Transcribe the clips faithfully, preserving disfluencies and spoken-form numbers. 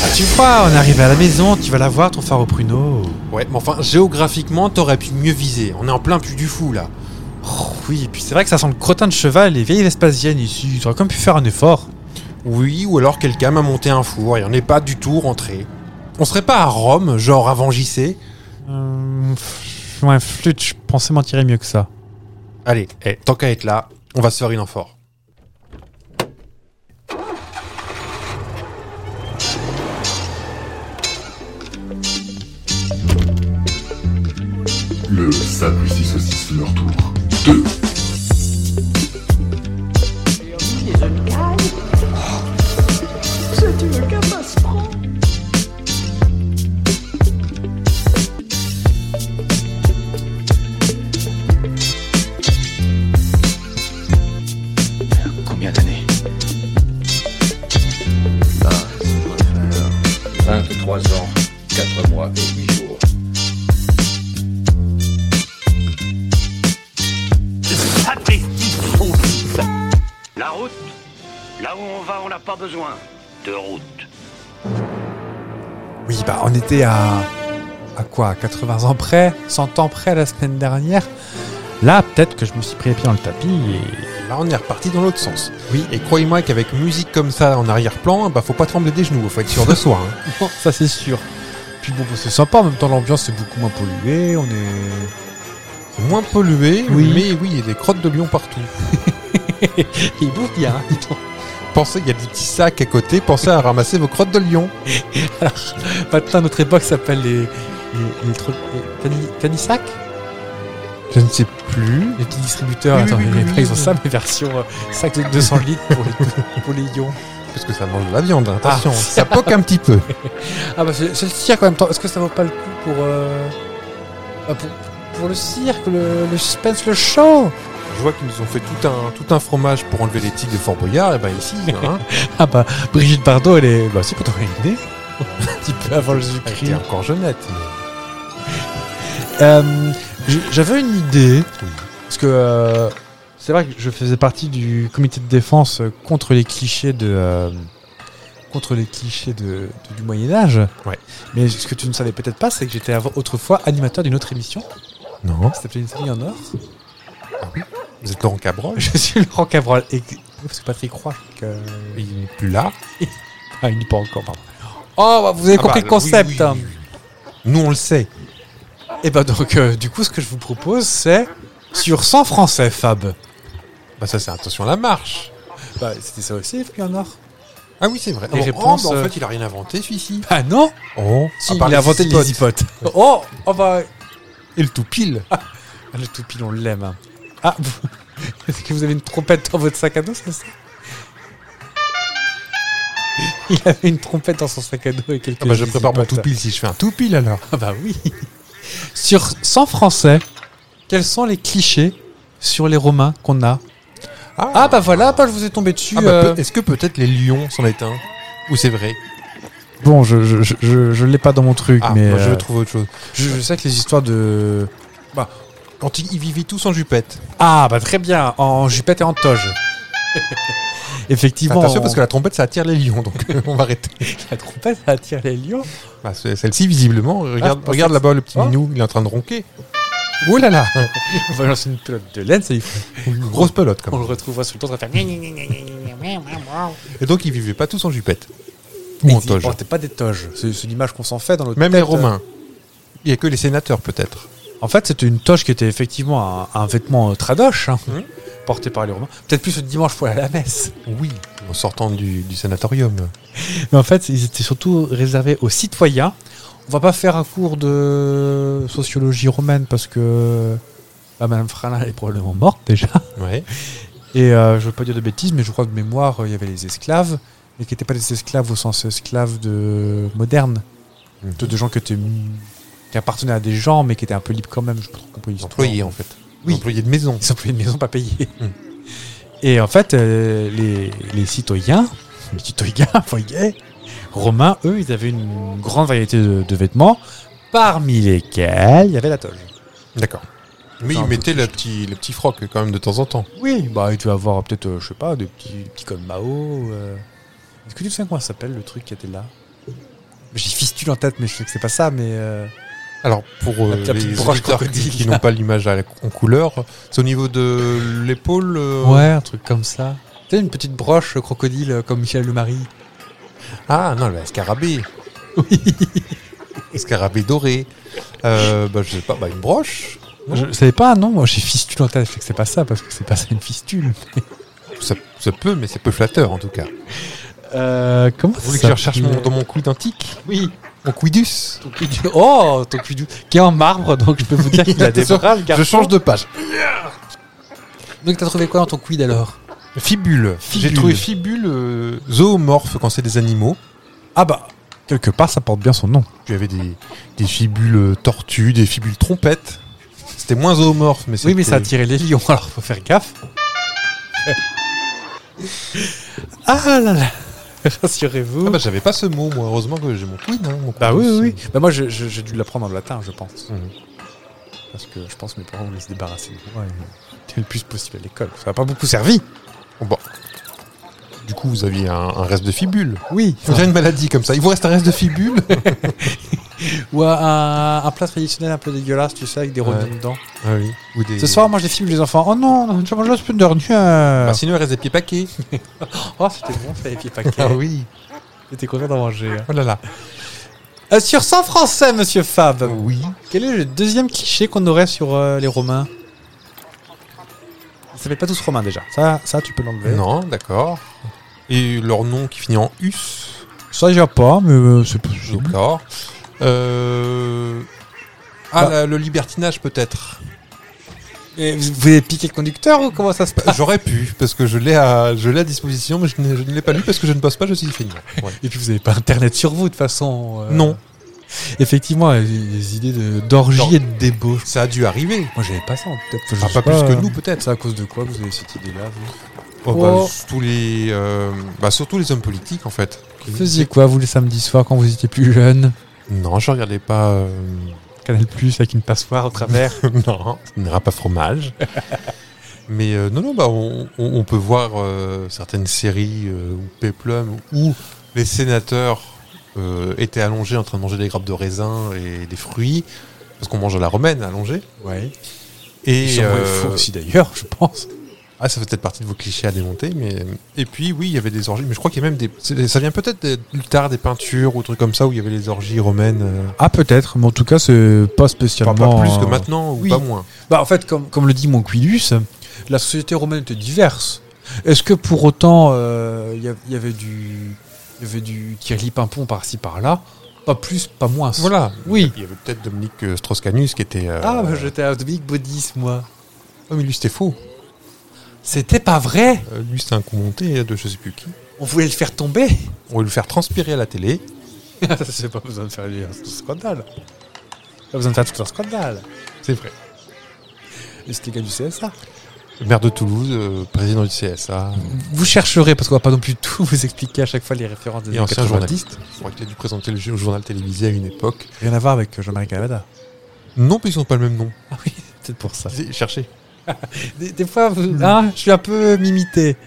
Ah, tu vois, on est arrivé à la maison, tu vas la voir, ton phare au pruneau. Ouais, mais enfin, géographiquement, t'aurais pu mieux viser. On est en plein Puy du Fou, là. Oh, oui, et puis c'est vrai que ça sent le crottin de cheval et les vieilles Vespasiennes ici. Tu aurais quand même pu faire un effort. Oui, ou alors quelqu'un m'a monté un four et on n'est pas du tout rentré. On serait pas à Rome, genre avant J C? Euh, pff, ouais, flûte, je pensais m'en tirer mieux que ça. Allez, eh, tant qu'à être là, on va se faire une amphore. Le Sapristi Saucisse leur tour. deux. C'est une catastrophe. Combien d'années? Là, ça doit faire vingt-trois ans, quatre mois et huit jours. La route, là où on va, on n'a pas besoin de route. Oui, bah on était à... à quoi, quatre-vingts ans près, cent ans près la semaine dernière. Là, peut-être que je me suis pris les pieds dans le tapis et... Là, on est reparti dans l'autre sens. Oui, Et croyez-moi qu'avec musique comme ça en arrière-plan, bah faut pas trembler des genoux, faut être sûr de soi. Hein. non, ça c'est sûr. Puis bon, c'est sympa, en même temps l'ambiance c'est beaucoup moins pollué, on est... C'est moins pollué, Oui. mais oui, il y a des crottes de lion partout. Il bouffe bien. Pensez, il y a des petits sacs à côté, pensez à ramasser vos crottes de lion. Alors, maintenant notre époque s'appelle les... les, les, tro- les cani- canissacs. Je ne sais plus. Les petits distributeurs, Oui, attends, oui, oui, les- oui, ils ont oui. ça, mais version euh, sac de deux cents litres pour les, pour les lions. Parce que ça mange de la viande, hein, attention. Ah. Ça poque un petit peu. Ah bah c'est, c'est le cirque en même temps. Est-ce que ça vaut pas le coup pour, euh, bah, pour, pour le cirque, le, le suspense, le show? Je vois qu'ils nous ont fait tout un, tout un fromage pour enlever les tiques de Fort Boyard, et ben ici, hein, Ah bah Brigitte Bardot, elle est... Bah c'est pour t'envoyer une idée. Un petit peu avant le elle Jésus-Christ. était encore jeunette. Mais... Euh, j- j'avais une idée. Parce que euh, c'est vrai que je faisais partie du comité de défense euh, contre les clichés de... euh, contre les clichés de, de- du Moyen-Âge. Ouais. Mais ce que tu ne savais peut-être pas, c'est que j'étais avant- autrefois animateur d'une autre émission. Non. Ça s'appelait Une famille en or. Vous êtes Laurent Cabrol, Je suis Laurent Cabrol. Et parce que Patrick croit que... il n'est plus là. Ah, il n'y est pas encore, pardon. Oh, bah, vous avez Ah compris bah, le concept. oui, oui, oui, oui. Nous, on le sait. Et bah donc, euh, du coup, ce que je vous propose, c'est sur cent français, Fab. Bah ça, c'est attention à la marche. Bah, c'était ça aussi, il en or. Ah oui, c'est vrai. Les Oh, réponses, oh, bah, en euh, fait, il a rien inventé, celui-ci. Ah non. Oh, Si, il a inventé les zipotes. Ouais. Oh, oh bah, Et le tout pile. ah, le toupil, on l'aime. hein. Ah, vous- est-ce que vous avez une trompette dans votre sac à dos, c'est ça? Il avait une trompette dans son sac à dos et quelques Ah bah, je prépare mon zipotes. tout pile si je fais un tout pile alors. Ah bah oui. Sur cent français, quels sont les clichés sur les Romains qu'on a? Ah bah voilà, bah, je vous ai tombé dessus. Ah bah, euh. peut- est-ce que peut-être les lions s'en est un? Ou c'est vrai? Bon, je je, je, je, je l'ai pas dans mon truc, Ah, mais moi, je euh, vais trouver autre chose. je, je sais que les histoires de... Bah, quand ils, ils vivaient tous en jupette. Ah bah très bien, en jupette et en toge. Effectivement. Attention, on- parce que la trompette, ça attire les lions, donc on va arrêter. la trompette ça attire les lions. Bah, c'est- celle-ci, visiblement, regarde, je regarde pensais là-bas le petit Oh. minou, il est en train de ronquer. Oh là là. On va lancer une pelote de laine, ça il faut. Une grosse pelote, On comme. le retrouvera sur le temps, ça va faire... Et donc, ils vivaient pas tous en jupette. Ou Et en ils toge. portaient pas des toges. C'est, c'est l'image qu'on s'en fait dans notre Même tête. les Romains. Il y a que les sénateurs, peut-être. En fait, c'était une toge qui était effectivement un, un vêtement euh, tradoche, hein, Mhm. porté par les Romains. Peut-être plus le dimanche pour aller à la messe. Oui. En sortant du, du sanatorium. Mais en fait, ils étaient surtout réservés aux citoyens. On va pas faire un cours de sociologie romaine parce que bah, Madame Fralin elle est probablement morte déjà. Ouais. Et euh, je veux pas dire de bêtises, mais je crois que de mémoire, euh, il y avait les esclaves, mais qui n'étaient pas des esclaves au sens esclaves de moderne, Mhm. de, de gens qui étaient qui appartenaient à des gens, mais qui étaient un peu libres quand même. Je sais pas trop compris Les l'histoire. employés, en fait. Oui. Les employés de maison. Des employés de maison pas payés. Mm. Et en fait, euh, les, les citoyens, les citoyens, voyez, romains, eux, ils avaient une grande variété de, de vêtements, parmi lesquels il y avait la toge. D'accord. Mais C'est un ils peu mettaient cliché. le petit, le petit froc, quand même, de temps en temps. Oui, bah il devait avoir peut-être, euh, je sais pas, des petits, des petits cols Mao. euh. Est-ce que tu sais comment ça s'appelle le truc qui était là? J'ai fistule en tête, mais je sais que c'est pas ça, mais... Euh... Alors, pour euh, La petite les broche auditeurs qui, crocodile, qui là. n'ont pas l'image à la- en couleur, c'est au niveau de l'épaule euh, Ouais, un truc comme ça. Tu sais, une petite broche crocodile euh, comme Michel Lemary. Ah non, le scarabée. Oui. Scarabée doré. Euh, bah, je sais pas, bah, une broche. Non. Je savais pas, non, moi j'ai fistule en tête, je sais que c'est pas ça, parce que c'est pas ça une fistule. Ça, ça peut, mais c'est peu flatteur en tout cas. Euh, comment Vous voulez que je recherche mon, dans mon coude antique? Oui. Mon quidus? Ton cuidus. Oh, ton cuidus. Qui est en marbre, donc je peux vous dire qu'il a des bras, le garçon. Je change de page. Donc t'as trouvé quoi dans ton quid alors? Fibule. Fibule. J'ai trouvé fibule euh, zoomorphe quand c'est des animaux. Ah bah, quelque part ça porte bien son nom. Puis il y avait des, des fibules euh, tortues, des fibules trompettes. C'était moins zoomorphe, mais c'était... Oui, mais ça attirait les lions, alors faut faire gaffe. Ah là là, rassurez-vous. Ah bah j'avais pas ce mot, moi. Heureusement que j'ai mon quid. Hein, mon Bah oui, quidus. oui, oui. Bah moi je- je- j'ai dû l'apprendre en latin, je pense. Mhm. Parce que je pense que mes parents voulaient se débarrasser de moi et le plus possible à l'école. Ça n'a pas beaucoup servi. Bon, bon. Du coup, vous aviez un, un reste de fibule. Oui. On dirait une maladie comme ça. Il vous reste un reste de fibule? Ou un, un plat traditionnel un peu dégueulasse, tu sais, avec des rognons Ouais. dedans. Ah oui. Ou des... Ce soir, on mange des fibres, les enfants. Oh non, non, je mange la semaine dernière. Bah, sinon, il reste des pieds paquets. Oh, c'était bon, ça, les pieds paquets. Ah oui. J'étais content d'en manger. hein. Oh là là. Euh, sur cent français, monsieur Fab, Oui. quel est le deuxième cliché qu'on aurait sur euh, les Romains? Ils s'appellent pas tous Romains déjà. Ça, ça tu peux l'enlever. Non, d'accord. Et leur nom qui finit en us. Ça, il y a pas, mais euh, c'est possible. D'accord. Euh... Ah, Bah. la- le libertinage peut-être. Et vous vous avez piqué le conducteur ou comment ça se passe? J'aurais pu, parce que je l'ai à, je l'ai à disposition, mais je, n'ai- je ne l'ai pas lu parce que je ne bosse pas, je suis feignant. Ouais. Et puis vous avez pas internet sur vous de toute façon. euh. Non. Effectivement, les, les idées de- d'orgie Non. et de débauche. Ça a dû arriver. Moi, j'avais pas ça en tête. Je Ah, sais pas plus que nous, peut-être. C'est à cause de quoi vous avez cette idée-là, vous? Oh, Oh. bah, tous les, euh, bah, surtout les hommes politiques en fait. Vous faisiez quoi, vous, les samedis soirs, quand vous étiez plus jeune? Non, je regardais pas. euh, Canal Plus avec une passoire au travers. non, ça n'ira pas fromage. Mais euh, non, non, bah, on, on- on peut voir euh, certaines séries euh, ou Péplum où les sénateurs euh, étaient allongés en train de manger des grappes de raisin et des fruits, parce qu'on mange à la romaine allongé. Ouais. Et Et euh, il faut aussi d'ailleurs, je pense. ah, ça fait peut-être partie de vos clichés à démonter, mais et puis oui, il y avait des orgies, mais je crois qu'il y a même des, c'est- ça vient peut-être des- plus tard des peintures ou trucs comme ça où il y avait les orgies romaines. euh, Ah, peut-être, mais en tout cas, c'est pas spécialement. pas, pas plus que maintenant ou oui. pas moins. Bah, en fait, comme, comme le dit mon Quidus, la société romaine était diverse. Est-ce que pour autant, euh, il y, a- il y avait du. Il y avait du Thierry Pimpon par-ci par-là? Pas plus, pas moins. Voilà. Oui. Il y avait peut-être Dominique euh, Strauss-Canus qui était. euh, Ah, bah, j'étais à Dominique Baudis, moi. oh, mais lui c'était faux. C'était pas vrai. Euh, lui c'était un coup monté de je sais plus qui. On voulait le faire tomber. On va le faire transpirer à la télé. C'est pas besoin de faire un scandale. Pas besoin de faire tout un scandale. C'est vrai. Et c'était le gars du C S A. Le maire de Toulouse, euh, président du C S A, Vous chercherez, parce qu'on va pas non plus tout vous expliquer à chaque fois les références des et années ancien quatre-vingt-dix. journaliste. Je crois qu'il a dû présenter le jeu- journal télévisé à une époque. Rien à voir avec Jean-Marie Cavada. Non, puis ils n'ont pas le même nom. Ah oui, c'est pour ça. Cherchez. Des, des fois, vous- hein, je suis un peu mimité.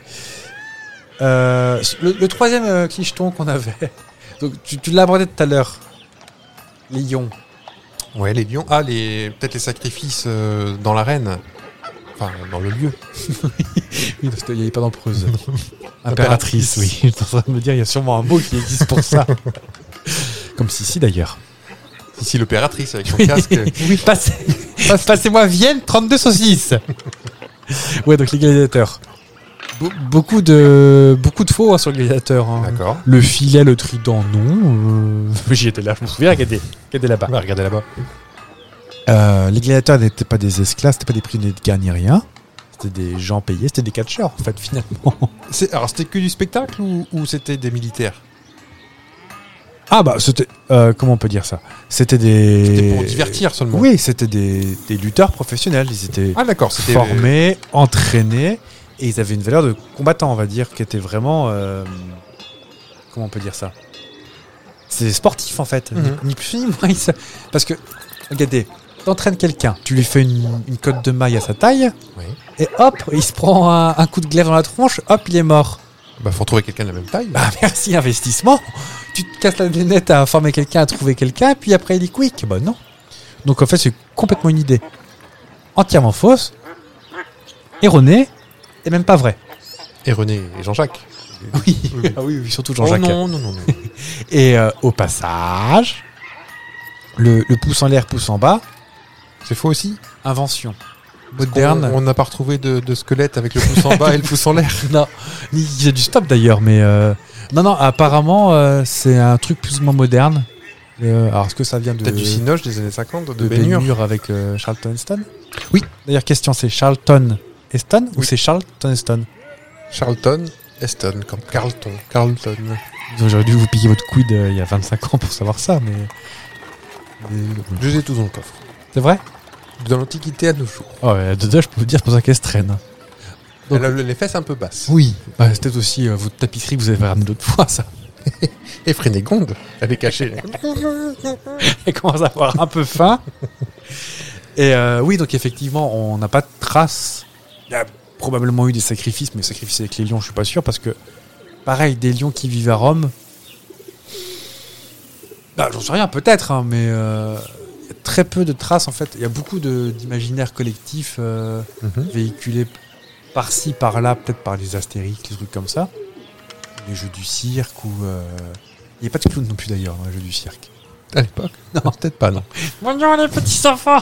Euh, le, le troisième euh, clicheton qu'on avait. Donc, tu, tu l'as abordé tout à l'heure. Les lions. Ouais, les lions. Ah, les peut-être les sacrifices euh, dans l'arène. Enfin, dans le lieu. Oui, parce qu'il n'y avait pas d'empereuse. Impératrice, oui. Je suis en train de me dire, il y a sûrement un mot qui existe pour ça. Comme Sissi d'ailleurs. Ici, l'opératrice avec son casque. Oui, passez, passe- passez-moi Vienne, trente-deux saucisses. Ouais, donc les gladiateurs. Be- beaucoup de beaucoup de faux hein, sur les gladiateurs. hein. D'accord. Le filet, le trident, non. Euh, J'y étais là, je me souviens, regardez, regardez là-bas. Bah, regardez là-bas. Euh, les gladiateurs n'étaient pas des esclaves, c'était pas des prisonniers de guerre ni rien. C'était des gens payés, c'était des catcheurs en fait finalement. C'est- Alors, c'était que du spectacle ou, ou c'était des militaires? Ah bah c'était euh, comment on peut dire ça? C'était des C'était pour divertir seulement. Oui, c'était des, des lutteurs professionnels. Ils étaient Ah, d'accord. C'était formés, entraînés, et ils avaient une valeur de combattant, on va dire, qui était vraiment euh, comment on peut dire ça? C'est des sportifs en fait, Mhm. ni, ni plus ni moins. Ils se- Parce que regardez, t'entraînes quelqu'un, tu lui fais une, une cotte de maille à sa taille, Oui. et hop, il se prend un, un coup de glaive dans la tronche, hop, il est mort. Bah, faut retrouver quelqu'un de la même taille. Bah merci, investissement. Tu te casses la lunette à informer quelqu'un, à trouver quelqu'un, puis après il est quick. Bah non. Donc en fait, c'est complètement une idée entièrement fausse, erronée, et même pas vraie. Et René et Jean-Jacques. Oui, oui. ah oui, oui, surtout Oh Jean-Jacques. non, non, non, non. Et euh, au passage, le, le pouce en l'air, pouce en bas, C'est faux aussi. invention Parce moderne. qu'on- On n'a pas retrouvé de, de squelette avec le pouce en bas et le pouce en l'air. Non, il y a du stop d'ailleurs, mais euh, non, non, apparemment euh, c'est un truc plus ou moins moderne. Euh, alors est-ce que ça vient de Peut-être du Cinoche des années cinquante, de, de Bénure. Bénure avec euh, Charlton Heston? Oui. D'ailleurs, question, c'est Charlton Heston ou Oui. c'est Charlton Heston? Charlton Heston, comme Carlton. Carlton. J'aurais dû vous piquer votre quid euh, il y a vingt-cinq ans pour savoir ça, mais. mais- Je les ai tous dans le coffre. C'est vrai? De l'Antiquité à nos jours. Oh, ouais, de deux, je peux vous dire, c'est pour ça qu'elle se traîne. Donc- Elle a les fesses un peu basses. Oui. Bah, c'est peut-être aussi euh, votre tapisserie que vous avez ramené l'autre fois, ça. Et Frénégonde, elle est cachée. Elle commence à avoir un peu faim. Et euh, oui, donc effectivement, on n'a pas de traces. Il y a probablement eu des sacrifices, mais sacrifices avec les lions, je suis pas sûr, parce que, pareil, des lions qui vivent à Rome. Bah, j'en sais rien, peut-être, hein, mais euh, il y a très peu de traces en fait. Il y a beaucoup de- d'imaginaire collectif euh, Mhm. véhiculé par-ci, par-là, peut-être par les astérix, des trucs comme ça. Les jeux du cirque ou. euh, Il n'y a pas de clown non plus d'ailleurs dans les jeux du cirque. À l'époque. Non, peut-être pas, non. Bonjour les petits enfants.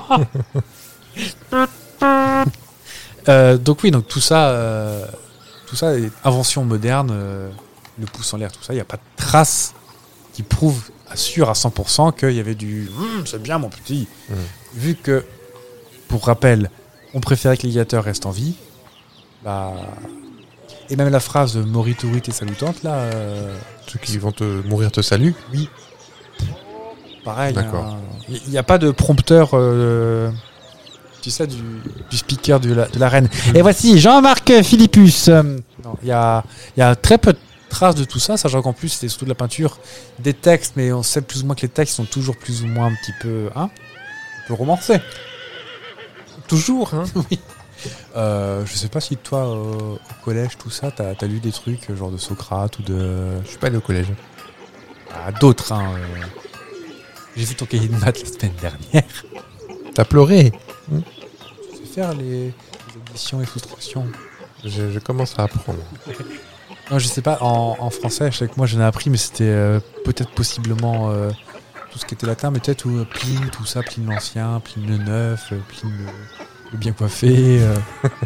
Euh, donc oui, donc tout ça, euh, tout ça est invention moderne, euh, le pouce en l'air, tout ça. Il n'y a pas de traces qui prouvent, assure à cent pour cent qu'il y avait du Hum, c'est bien mon petit. Mm. Vu que, pour rappel, on préférait que l'alligator reste en vie. Bah, et même la phrase Moriturit et salutante là, euh, Ceux qui vont te mourir te saluent. oui. Pareil. D'accord. Il n'y a pas de prompteur, euh, tu sais, du, du speaker de la, de la reine. Et voici Jean-Marc Philippus. Euh, non, il y a, il y a très peu de traces de tout ça, sachant qu'en plus, c'était surtout de la peinture, des textes, mais on sait plus ou moins que les textes sont toujours plus ou moins un petit peu, hein, un peu romancés. Toujours, hein. Oui. Euh, je sais pas si toi, euh, au collège, tout ça, t'as as lu des trucs, euh, genre de Socrate ou de. Je suis pas allé au collège. Ah, d'autres, hein. euh. J'ai vu ton cahier de maths la semaine dernière. T'as pleuré. Tu sais faire les, les additions et soustractions. Je, je commence à apprendre. Non, je sais pas, en, en français, je sais que moi j'en ai appris, mais c'était euh, peut-être possiblement euh, tout ce qui était latin, mais peut-être ou, euh, Pline, tout ça, Pline l'Ancien, Pline le Neuf, euh, Pline le, le bien coiffé. Euh,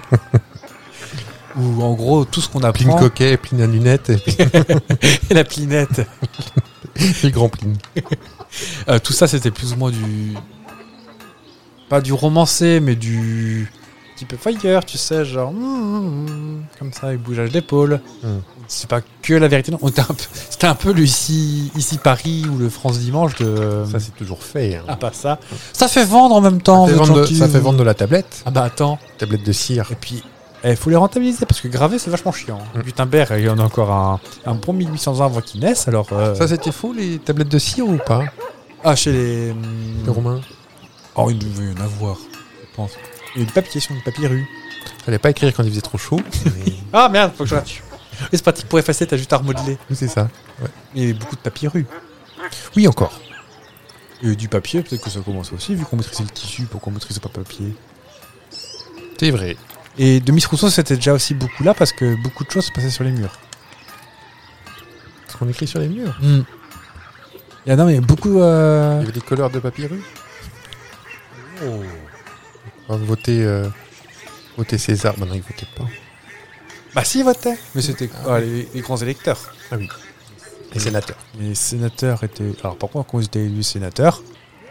ou en gros, tout ce qu'on apprend. Pline coquet, Pline à lunettes et puis Et la Plinette. le grand Pline. Euh, tout ça, c'était plus ou moins du. Pas du romancé, mais du. Petit peu fire, tu sais, genre. mm, mm, mm, comme ça, avec bougeage d'épaule. Mm. C'est pas que la vérité, non. On était un peu- C'était un peu le ici, ici Paris ou le France Dimanche de. Ça, c'est toujours fait. Hein. Ah, pas ça. Ça fait vendre en même temps. ça, fait vous êtes vendre de, gentils. ça fait vendre de la tablette. Ah bah attends. Tablette de cire. Et puis, il faut les rentabiliser parce que graver, c'est vachement chiant. Mm. Gutenberg, il y en a encore un, un bon mille huit cents ans avant qu'il naisse, alors. euh, Ça, c'était faux, les tablettes de cire ou pas? Ah, chez les. hum, Les Romains. Oh, il devait y en avoir, je pense. Il y a du papier sur du papier rue. Fallait pas écrire quand il faisait trop chaud. mais- Ah merde, faut que je rate. Et c'est pratique pour effacer, t'as juste à remodeler. Oui, c'est ça. Il y avait beaucoup de papier rue. Oui, encore. Et du papier, peut-être que ça commence aussi, vu qu'on maîtrisait le tissu, pourquoi on maîtrisait pas le papier. C'est vrai. Et de Miss Rousseau, c'était déjà aussi beaucoup là, parce que beaucoup de choses se passaient sur les murs. Parce qu'on écrit sur les murs. Il y a, non, mais beaucoup. Il Euh... y avait des couleurs de papyrus. Oh. On va voter, euh, voter César. Bah non, il votait pas. Bah si, ils votaient. Mais c'était ah, les, les grands électeurs. Ah oui. Les sénateurs. Les sénateurs étaient. Alors par contre, quand ils étaient élus sénateurs,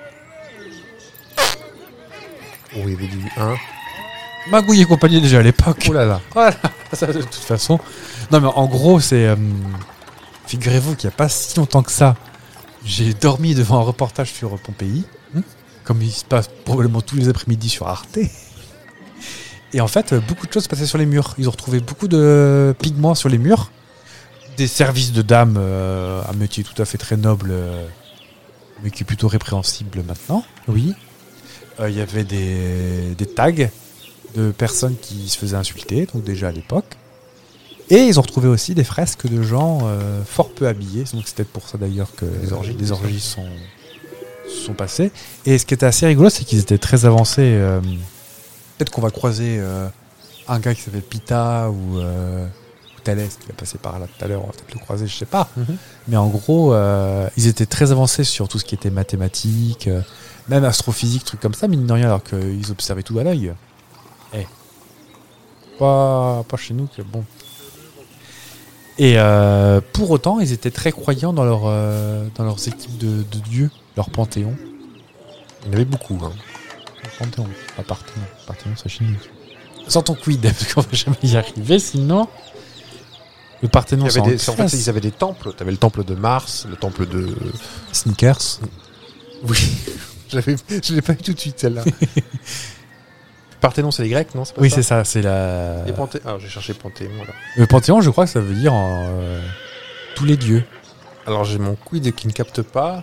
Oh, il y avait du un. Magouille et compagnie déjà à l'époque. Oh là là. Voilà, ça, de toute façon. Non, mais en gros, c'est. euh, figurez-vous qu'il n'y a pas si longtemps que ça, j'ai dormi devant un reportage sur Pompéi, Hmm. comme il se passe probablement tous les après-midi sur Arte. Et en fait, euh, beaucoup de choses se passaient sur les murs. Ils ont retrouvé beaucoup de pigments sur les murs, des services de dames, euh, un métier tout à fait très noble, euh, mais qui est plutôt répréhensible maintenant. Oui. Euh, Il y avait des, des tags de personnes qui se faisaient insulter, donc déjà à l'époque. Et ils ont retrouvé aussi des fresques de gens euh, fort peu habillés. Donc c'est peut-être pour ça d'ailleurs que Les orgies, les orgies sont, sont passées. Et ce qui était assez rigolo, c'est qu'ils étaient très avancés. Euh, peut-être qu'on va croiser euh, un gars qui s'appelle Pita ou, euh, ou Thalès qui va passer par là tout à l'heure. On va peut-être le croiser, je sais pas. Mhm. Mais en gros, euh, ils étaient très avancés sur tout ce qui était mathématiques, euh, même astrophysique, trucs comme ça, mine de rien, alors qu'ils observaient tout à l'œil. Eh. Pas, pas chez nous, que bon. Et euh, pour autant, ils étaient très croyants dans, leur, euh, dans leurs équipes de, de dieux, leur panthéon. Il y en avait beaucoup. Hein. Panthéon, pas Parthénon. Parthénon, c'est chez nous. Sans ton quid, parce qu'on va jamais y arriver, sinon... Le Parthénon, Il y c'est avait en des, en classe. fait, ils avaient des temples. Tu avais le temple de Mars, le temple de... Sneakers. Oui, j'avais, je l'ai pas eu tout de suite celle-là. Parthénon, c'est les Grecs, non? Pas Oui, ça c'est ça, c'est la... Et Panthé... Alors, j'ai cherché Panthéon, alors. Le Panthéon, je crois que ça veut dire euh, tous les dieux. Alors, j'ai mon quid qui ne capte pas.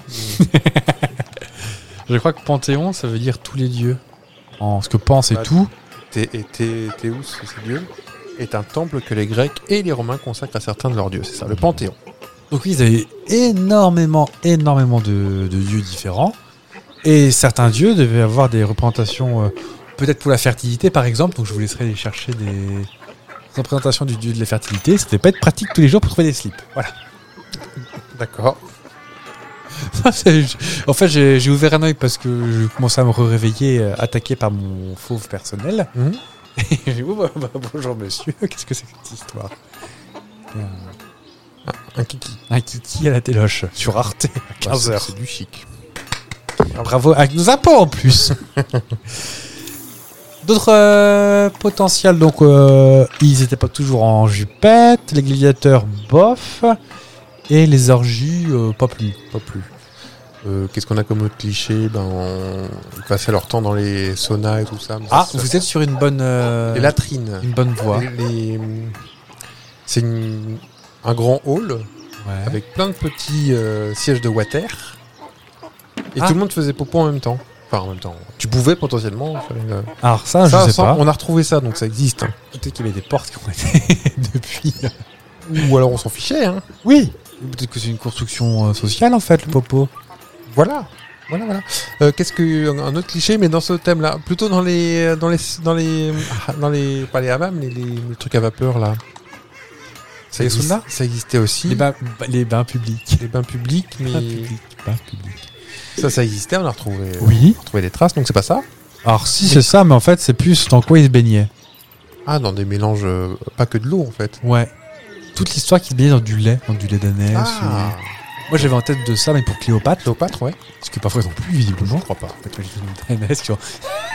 Je crois que Panthéon, ça veut dire tous les dieux. En ce que pense et Bah, tout. Thé- et Thé- Théous, c'est Dieu, est un temple que les Grecs et les Romains consacrent à certains de leurs dieux. C'est ça, le Panthéon. Donc oui, ils avaient énormément, énormément de, de dieux différents. Et certains dieux devaient avoir des représentations, euh, peut-être pour la fertilité par exemple. Donc je vous laisserai aller chercher des représentations du dieu de la fertilité. C'était pas être pratique tous les jours pour trouver des slips. Voilà. D'accord. En fait, j'ai, j'ai ouvert un œil parce que je commençais à me réveiller euh, attaqué par mon fauve personnel. Mhm. Et j'ai dit, oh, bah, bah, bonjour monsieur, qu'est-ce que c'est que cette histoire? Un, Un kiki. un kiki à la téloche sur Arte à quinze heures. C'est du chic. Bravo, avec nos impôts en plus. D'autres euh, potentiels, donc euh, ils n'étaient pas toujours en jupette, les gladiateurs bof, et les orgies euh, pas plus. Pas plus. Euh, qu'est-ce qu'on a comme autre cliché? Ben, on... Ils passaient leur temps dans les saunas et tout ça. Mais Ah, ça, vous êtes sur une bonne, euh, les latrines. une bonne voie. Les- les- C'est une- un grand hall Ouais. avec plein de petits euh, sièges de water. Et Ah. tout le monde faisait popo en même temps. Enfin, en même temps. Tu pouvais potentiellement faire une... Alors ça, Ça, je sais ça, pas. on a retrouvé ça, donc ça existe. hein. Peut-être qu'il y avait des portes qui ont été depuis. Ou alors on s'en fichait. Hein. Oui. Peut-être que c'est une construction euh, sociale en fait, le popo. Voilà. Voilà, voilà. Euh, qu'est-ce que un autre cliché, mais dans ce thème-là, plutôt dans les, dans les, dans les, ah, dans les, pas les hammams, les, les, les trucs à vapeur là. Ça, Les existe- saunas ça existait aussi. Les bains, les bains publics. Les bains publics, mais Bains publics. Bains publics. ça, ça existait. On a retrouvé, Oui. on a retrouvé des traces, donc c'est pas ça. Alors si c'est ça, mais en fait c'est plus dans quoi ils se baignaient. Ah, dans des mélanges, euh, pas que de l'eau en fait. Ouais. Toute l'histoire qui se baignait dans du lait, dans du lait d'ânesse. Ah, ou- Moi j'avais en tête de ça, mais pour Cléopâtre. Cléopâtre, ouais. Parce que parfois ils n'ont plus, visiblement. Je crois pas. Peut-être que j'ai une d'ânesse qui ont-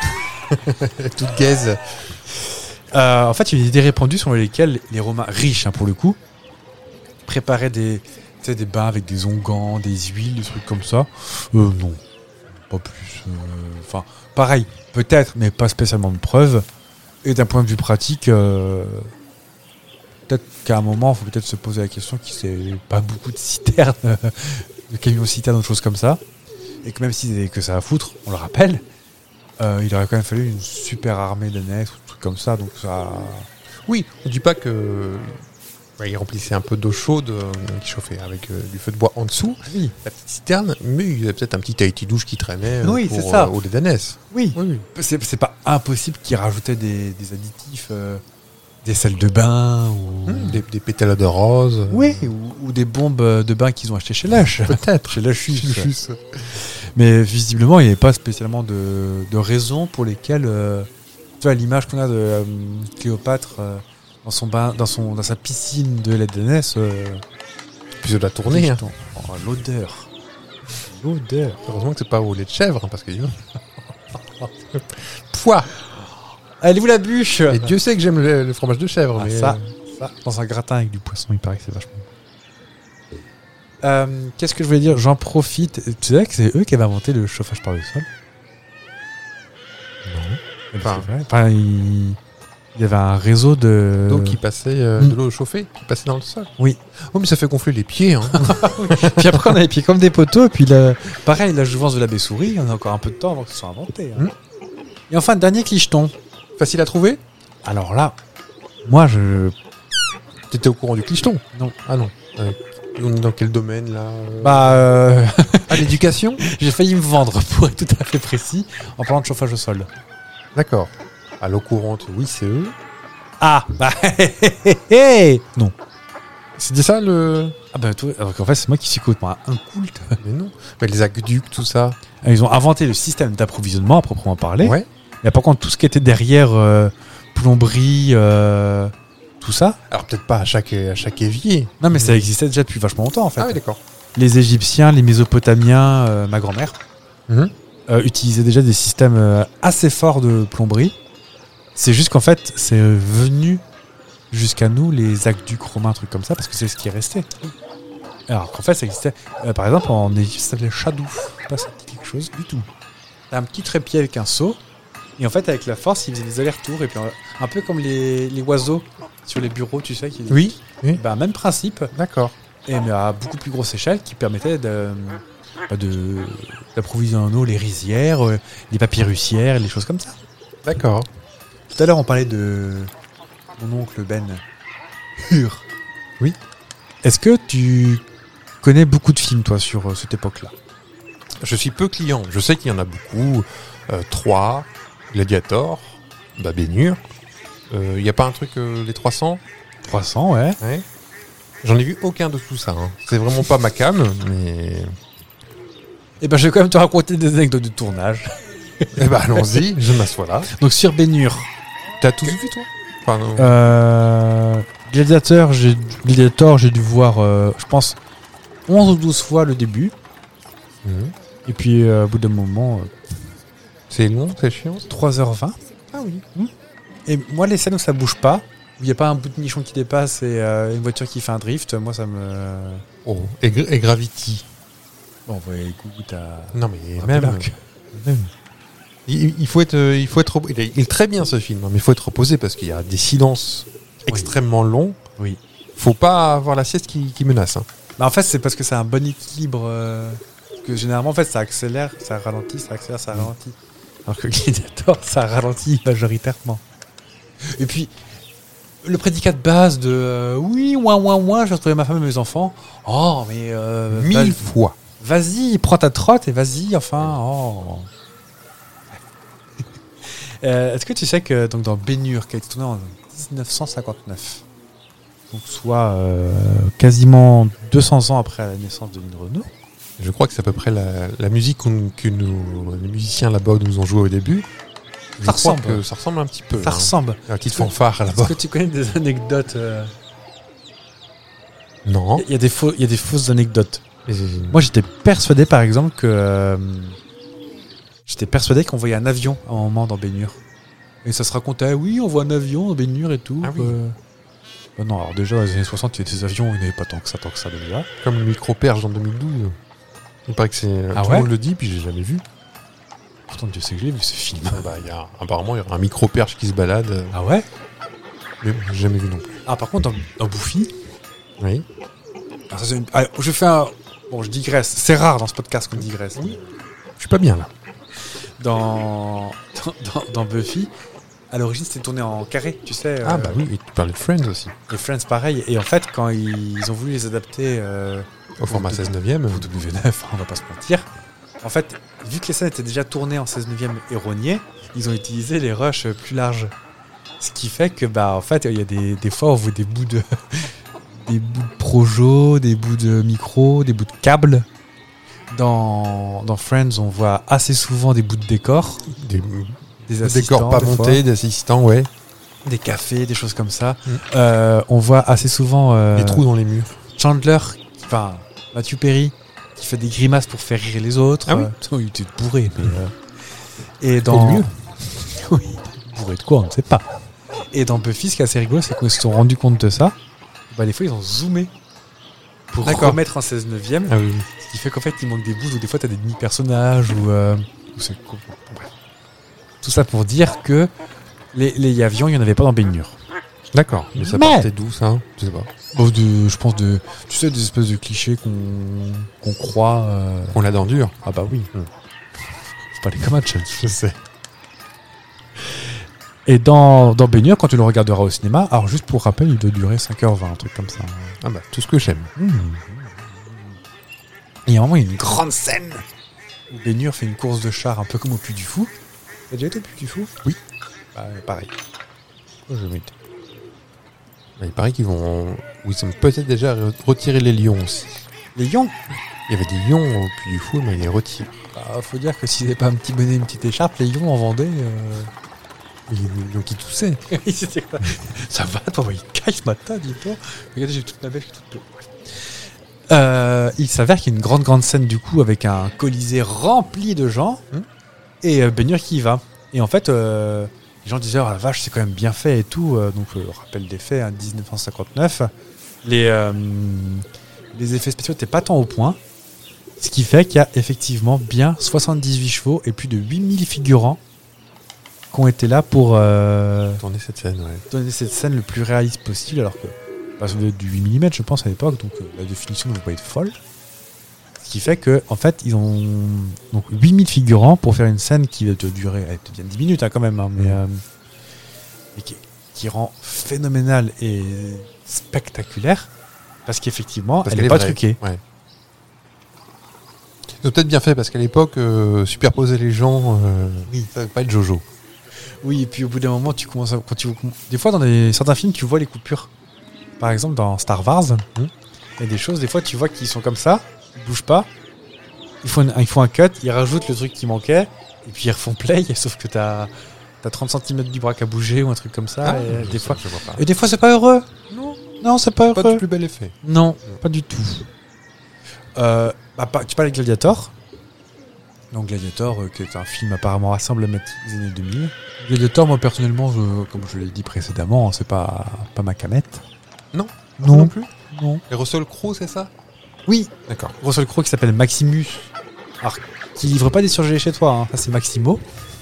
Toute gaze. Euh, en fait, il y a une idée répandue selon lesquelles les Romains riches, hein, pour le coup, préparaient des, tu sais, des bains avec des onguents, des huiles, des trucs comme ça. Euh, non, pas plus. euh, Enfin, pareil, peut-être, mais pas spécialement de preuves. Et d'un point de vue pratique, euh, peut-être qu'à un moment, il faut peut-être se poser la question qu'il n'y ait pas beaucoup de citernes, euh, de camions citernes, ou de choses comme ça. Et que même s'ils avaient que ça à foutre, on le rappelle, euh, il aurait quand même fallu une super armée d'ânesse ou des trucs comme ça. Donc ça. Oui, on dit pas que. Ouais, il remplissait un peu d'eau chaude euh, qui chauffait avec euh, du feu de bois en dessous, Oui, la petite citerne, mais il y avait peut-être un petit Tahiti douche qui traînait euh, Oui, pour, c'est ça. euh, au lait d'ânesse. oui. Oui, oui. C'est, c'est pas impossible qu'ils rajoutaient des, des additifs, euh, des salles de bain ou. Hum, des, des pétales de rose. Oui, ou, ou des bombes de bain qu'ils ont achetées chez Lush. Peut-être. Chez Lush. Mais visiblement, il n'y avait pas spécialement de, de raisons pour lesquelles. euh, tu vois, l'image qu'on a de euh, Cléopâtre euh, dans, son bain, dans, son, dans sa piscine de lait d'ânesse. Euh, Puis de la tournée. Hein. oh, l'odeur. L'odeur. Heureusement que c'est pas au lait de chèvre, hein, parce que. Pouah. Allez-vous la bûche. Et Dieu sait que j'aime le, le fromage de chèvre, Ah, mais. ça. euh, Ça, dans un gratin avec du poisson, il paraît que c'est vachement bon. Euh, Qu'est-ce que je voulais dire? J'en profite. Tu sais que c'est eux qui avaient inventé le chauffage par le sol? Non. Enfin, c'est vrai. Enfin, il... il y avait un réseau de. D'eau qui passait, euh, Mm. de l'eau chauffée, qui passait dans le sol. Oui. Oh, mais ça fait gonfler les pieds, hein. Puis après, on a les pieds comme des poteaux. Et puis, le... pareil, la jouvence de l'abbé Souris, on a encore un peu de temps avant que ce soit inventé. hein. Mm. Et enfin, dernier clicheton. Facile à trouver? Alors là, moi, je. T'étais au courant du clicheton? Non. Ah non. Euh, on est dans quel domaine, là euh Bah, euh, Ah, l'éducation. j'ai failli me vendre, pour être tout à fait précis, en parlant de chauffage au sol. D'accord. À l'eau courante, oui, c'est eux. Ah, bah, hé, hé, hé, hé. Non. C'était ça, le... Ah bah, toi, alors qu'en fait, c'est moi qui suis complètement inculte. Mais non. Mais les aqueducs, tout ça. Ils ont inventé le système d'approvisionnement, à proprement parler. Ouais. Mais par contre, tout ce qui était derrière, euh, plomberie, euh, tout ça. Alors, peut-être pas à chaque, à chaque évier. Non, mais ça existait déjà depuis vachement longtemps, en fait. Ah oui, d'accord. Les Égyptiens, les Mésopotamiens, euh, ma grand-mère, Mhm. euh, utilisaient déjà des systèmes euh, assez forts de plomberie. C'est juste qu'en fait, c'est venu jusqu'à nous, les aqueducs romains, trucs comme ça, parce que c'est ce qui est resté. Alors qu'en fait, ça existait. euh, par exemple, en Égypte, ça s'appelait chadouf. Je sais pas si ça dit quelque chose du tout. T'as un petit trépied avec un seau. Et en fait, avec la force, ils faisaient des allers-retours. Et puis, un peu comme les, les oiseaux sur les bureaux, tu sais. Qui, Oui. Oui. bah, même principe. D'accord. Et mais à beaucoup plus grosse échelle, qui permettait de, bah, de d'approvisionner en eau les rizières, euh, les papyrussières, les choses comme ça. D'accord. Tout à l'heure, on parlait de mon oncle Ben Hur. Oui. Est-ce que tu connais beaucoup de films, toi, sur euh, cette époque-là? Je suis peu client. Je sais qu'il y en a beaucoup. Euh, Troie, Gladiator, bah, Ben-Hur. Il n'y a pas un truc, euh, les trois cents? trois cents, ouais. Ouais. J'en ai vu aucun de tout ça. Hein. C'est vraiment pas ma cam, mais... Et ben, je vais quand même te raconter des anecdotes de tournage. Eh ben, allons-y, je m'assois là. Donc, sur Ben Hur. T'as tout vu, toi? Enfin, non. Euh, Gladiator, j'ai, Gladiator, j'ai dû voir, euh, je pense, onze ou douze fois le début. Mhm. Et puis, euh, au bout d'un moment, euh, C'est long, c'est chiant. trois heures vingt. Ah oui. Et moi, les scènes où ça bouge pas, où il n'y a pas un bout de nichon qui dépasse et euh, une voiture qui fait un drift, moi, ça me... Oh. Et, Gra- et Gravity. Bon, ouais, écoute, à... Non, mais à même... Pélarque. même. Il, il faut être, euh, il faut être, repo- il est, il est très bien ce film, hein, mais il faut être reposé parce qu'il y a des silences extrêmement longs. Oui. Faut pas avoir la sieste qui, qui menace. Hein. Bah, en fait, c'est parce que c'est un bon équilibre. Euh, parce que généralement, en fait, ça accélère, ça ralentit, ça accélère, ça ralentit. Alors que Gladiator, ça ralentit majoritairement. Et puis, le prédicat de base de euh, oui, ouin, ouin, ouin, je vais retrouver ma femme et mes enfants. Oh, mais. Euh, Mille vas- fois. Vas-y, prends ta trotte et vas-y, enfin. Oh. Euh, Est-ce que tu sais que donc, dans Ben-Hur, qui a été tourné en dix-neuf cent cinquante-neuf, donc soit euh, quasiment deux cents ans après la naissance de Lynn Renault, Je crois que c'est à peu près la, la musique qu'on- que nous, les musiciens là-bas nous ont joué au début. Je Ça crois ressemble. que ça ressemble un petit peu. ça hein. ressemble. La petite fanfare là-bas. Est-ce que tu connais des anecdotes euh, Non. Il y, a des faux- il y a des fausses anecdotes. Mais- Moi, j'étais persuadé, par exemple, que euh, j'étais persuadé qu'on voyait un avion à un moment dans Ben-Hur. Et ça se racontait, oui, on voit un avion dans Ben-Hur et tout. Ah oui. euh. Bah non, alors déjà, dans les années soixante, il y avait des avions, il n'y en avait pas tant que ça, tant que ça déjà. Comme le micro-perche en deux mille douze. Il paraît que c'est. Ah tout ouais le monde le dit, puis j'ai jamais vu. Pourtant, Dieu sait que je l'ai vu, ce film. Ah bah, il y a, apparemment, il y aura un micro-perche qui se balade. Ah ouais? Mais bon, j'ai jamais vu non plus. Ah, par contre, dans, dans Buffy, Oui. alors ça, c'est une- allez, je fais un... Bon, je digresse. C'est rare dans ce podcast qu'on digresse. Je suis pas bien là. Dans, dans, dans, dans Buffy, à l'origine, c'était tourné en carré, tu sais. Ah euh, bah oui, et tu parlais de Friends aussi. Et Friends, pareil. Et en fait, quand ils ont voulu les adapter euh, Au format au- seize neuvième. au W neuf, on va pas se mentir, en fait, vu que les scènes étaient déjà tournées en seize neuvième et rognées, ils ont utilisé les rushs plus larges. Ce qui fait que, bah, en fait, il y a des, des fois, on voit des bouts de, des bouts de projo, des bouts de micro, des bouts de câbles. Dans, dans Friends, on voit assez souvent des bouts de décor, Des, des des assistants, décors pas des fois, montés, d'assistants, ouais. des cafés, des choses comme ça. Mm. Euh, on voit assez souvent euh, Des trous dans les murs. Chandler, enfin Matthew Perry, qui fait des grimaces pour faire rire les autres. Ah oui. Euh, il était bourré. Mais, euh, et dans Au mieux. oui, bourré de quoi, on ne sait pas. Et dans Buffy, ce qui est assez rigolo, c'est qu'ils se sont rendus compte de ça. Bah, des fois, ils ont zoomé pour D'accord. remettre en seize neuvième. Ah oui. Ce qui fait qu'en fait, il manque des bouts où des fois, tu as des demi-personnages ou. Euh, ou c'est co- bon, bref. Tout ça pour dire que les, les avions, il n'y en avait pas dans Ben-Hur. D'accord. Mais ça Mais- partait d'où ça? Je sais pas. Bon, de, je pense de. Tu sais, des espèces de clichés qu'on qu'on croit. euh, On l'a dans dur. Ah bah oui. Hmm. Je parlais comme un challenge. Je sais. Et dans, dans Ben-Hur, quand tu le regarderas au cinéma, alors juste pour rappel, il doit durer cinq heures vingt, un truc comme ça. Ah bah, tout ce que j'aime. Mmh. Et à un moment, il y a une grande scène où Ben-Hur fait une course de char un peu comme au Puy du Fou. T'as déjà été au Puy du Fou ? Oui. Bah, pareil. Oh, je m'étais- Bah, il paraît qu'ils vont... Oui, ils ont peut-être déjà re- retiré les lions aussi. Les lions. Il y avait des lions au Puy du Fou, mais ils les retirent. Bah, faut dire que s'ils n'avaient pas un petit bonnet, une petite écharpe, les lions en vendaient. Euh... Les lions qui toussaient. Oui, c'était quoi ? Ça va, toi, il caille ce matin, dis-toi. Regardez, j'ai toute ma bêche, toute peu. Euh, il s'avère qu'il y a une grande, grande scène du coup avec un colisée rempli de gens Hmm. et euh, Ben-Hur qui y va. Et en fait, euh, les gens disaient, oh la vache, c'est quand même bien fait et tout. Euh, donc, euh, rappel des faits, hein, dix-neuf cent cinquante-neuf. Les, euh, les effets spéciaux n'étaient pas tant au point. Ce qui fait qu'il y a effectivement bien soixante-dix-huit chevaux et plus de huit mille figurants qui ont été là pour euh, Tourner cette scène, ouais. donner cette scène le plus réaliste possible, alors que bah, ça devait être du huit millimètres, je pense, à l'époque, donc euh, la définition ne devait pas être folle. Ce qui fait que, en fait, ils ont donc huit mille figurants pour faire une scène qui va te durer, elle te vient dix minutes hein, quand même, hein, mais euh, et qui, qui rend phénoménale et spectaculaire, parce qu'effectivement, Parce elle qu'elle n'est est pas vraie. truquée. Ouais. Ils ont peut-être bien fait, parce qu'à l'époque, euh, superposer les gens, euh, Oui. ça va pas être Jojo. Oui, et puis au bout d'un moment, tu commences à, quand tu, des fois, dans des, certains films, tu vois les coupures. Par exemple, dans Star Wars, il y a des choses, des fois, tu vois qu'ils sont comme ça, ils bougent pas. Ils font, un, ils font un cut, ils rajoutent le truc qui manquait, et puis ils refont play, sauf que t'as as trente centimètres du bras à bouger ou un truc comme ça. et, je des sais, fois, je vois pas. et des fois, c'est pas heureux. Non, Non, c'est pas pas heureux. du plus bel effet. Non, pas du tout. Euh, bah, tu parlais de Gladiator. Donc Gladiator, euh, qui est un film apparemment assez emblématique des années deux mille. Gladiator, moi personnellement, je- comme je l'ai dit précédemment, hein, c'est pas, pas ma camette. Non. Non. Non plus. Non. Et Russell Crowe, c'est ça? Oui, D'accord. Russell Crowe qui s'appelle Maximus, alors qui livre pas des surgelés chez toi, hein, ça c'est Maximo,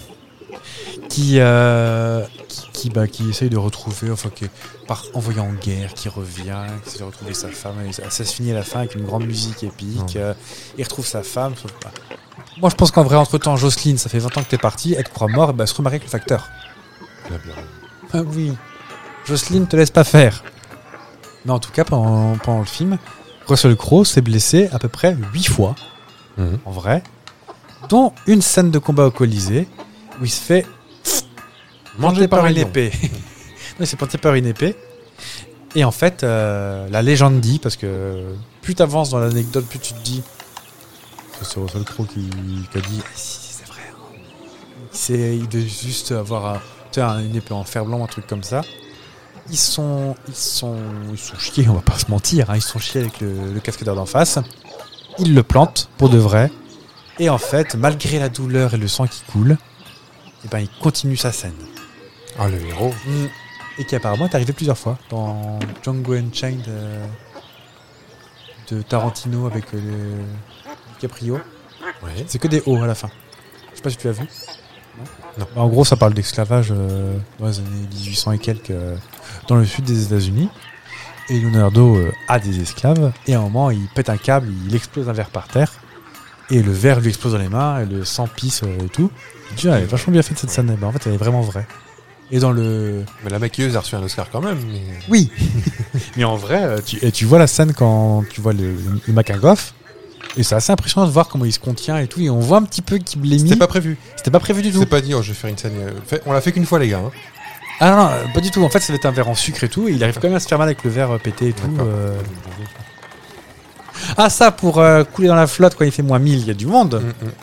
qui euh, qui, qui, bah, qui essaye de retrouver, enfin qui est par envoyé en guerre, qui revient, qui essaie de retrouver sa femme, et ça, ça se finit à la fin avec une grande musique épique. Euh, il retrouve sa femme. Sauf, bah, moi je pense qu'en vrai entre temps Jocelyne, ça fait vingt ans que t'es parti, elle te croit mort, et bah, se remarie avec le facteur. Il a bien. Ah oui, Jocelyne te laisse pas faire. Mais en tout cas pendant, pendant le film, Russell Crowe s'est blessé à peu près huit fois. Mhm. En vrai, dont une scène de combat au Colisée où il se fait manger par une lion. épée. Non, il s'est planté par une épée. Et en fait, euh, la légende dit, parce que plus t'avances dans l'anecdote, plus tu te dis que c'est Russell Crowe qui, qui a dit ah, si, c'est vrai. hein. C'est, il devait juste avoir un- tu sais, un- une épée en fer blanc, un truc comme ça. Ils sont, ils sont, ils sont chiés, on va pas se mentir. hein, ils sont chiés avec le, le cascadeur d'en face. Ils le plantent pour de vrai. Et en fait, malgré la douleur et le sang qui coule, eh ben, il continue sa scène. Ah, le héros. Et qui apparemment est arrivé plusieurs fois dans Django Unchained euh, de Tarantino avec euh, le DiCaprio. Ouais. C'est que des hauts à la fin. Je sais pas si tu l'as vu. Non. Bah, en gros, ça parle d'esclavage euh, dans les années dix-huit cents et quelques euh, dans le sud des États-Unis. Et Leonardo euh, a des esclaves. Et à un moment, il pète un câble, il explose un verre par terre. Et le verre lui explose dans les mains, et le sang pisse euh, et tout. Il dit, ah, elle est vachement bien faite cette scène. Ben, en fait, elle est vraiment vraie. Et dans le. Mais la maquilleuse a reçu un Oscar quand même. Mais... Oui. Mais en vrai, euh, tu, et tu vois la scène quand tu vois le, le Macingoff. Et c'est assez impressionnant de voir comment il se contient et tout. Et on voit un petit peu qu'il l'est mis. C'était pas prévu. C'était pas prévu du tout. C'est pas dit, oh, je vais faire une scène. euh, fait- On l'a fait qu'une fois, les gars. hein. Ah non, non, euh, pas du tout. En fait, ça va être un verre en sucre et tout. Et il arrive quand même à se faire mal avec le verre euh, pété et tout. D'accord. euh. Ah, ça, pour euh, couler dans la flotte quand il fait moins mille, il y a du monde. Mm, mm.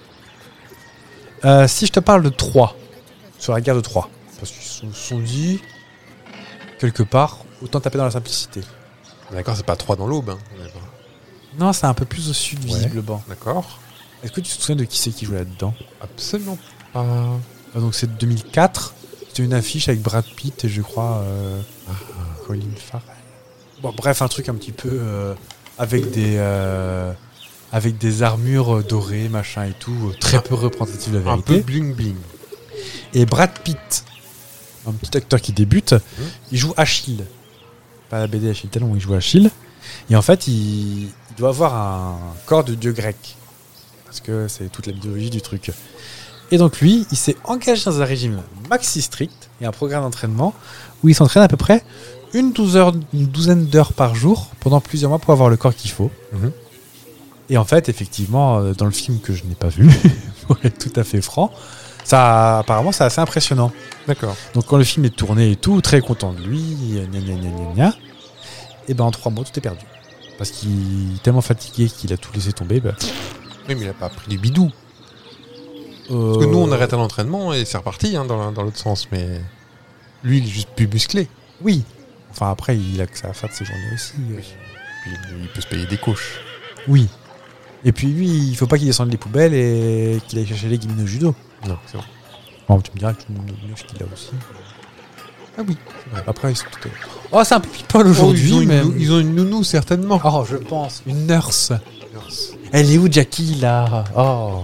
Euh, si je te parle de Troie, sur la guerre de Troie, parce qu'ils se sont dit, quelque part, autant taper dans la simplicité. D'accord, c'est pas trois dans l'aube. Hein. D'accord. Non, c'est un peu plus au sud, Ouais. visiblement. D'accord. Est-ce que tu te souviens de qui c'est qui joue là-dedans? Absolument pas. Ah, donc c'est deux mille quatre. C'était une affiche avec Brad Pitt et je crois euh, Colin Farrell. Bon, bref, un truc un petit peu euh, avec des euh, avec des armures dorées, machin et tout, euh, très peu représentatif de la Un peu vérité. bling bling. Et Brad Pitt, un petit acteur qui débute, il joue Achille. Pas la B D Achille Talon, il joue Achille. Et en fait, il, il doit avoir un corps de dieu grec. Parce que c'est toute la mythologie du truc. Et donc lui, il s'est engagé dans un régime maxi strict et un programme d'entraînement où il s'entraîne à peu près une, douze heures, une douzaine d'heures par jour pendant plusieurs mois pour avoir le corps qu'il faut. Mhm. Et en fait, effectivement, dans le film que je n'ai pas vu, pour être tout à fait franc, ça, apparemment, c'est assez impressionnant. D'accord. Donc quand le film est tourné et tout, très content de lui, gna gna gna gna gna, et ben en trois mois, tout est perdu. Parce qu'il est tellement fatigué qu'il a tout laissé tomber. Ben, Oui, mais il a pas pris du bidou. euh, Parce que nous, on arrête à l'entraînement et c'est reparti hein, dans, la- dans l'autre sens. Mais lui, il est juste plus musclé. Oui. Enfin après, il a que ça à faire de ses journées aussi. euh. Puis il peut se payer des coachs. Oui. Et puis lui, il faut pas qu'il descende les poubelles et qu'il aille chercher les guillemets au judo. Non, c'est vrai. Bon, tu me diras qu'il qu'il a aussi. Ah oui, c'est vrai. Après, ils sont tout... Oh, c'est un peu people aujourd'hui, ils, ont une, mais... nou- ils ont une nounou, certainement. Oh, je pense. Une nurse. Elle est où, Jackie, là? Oh.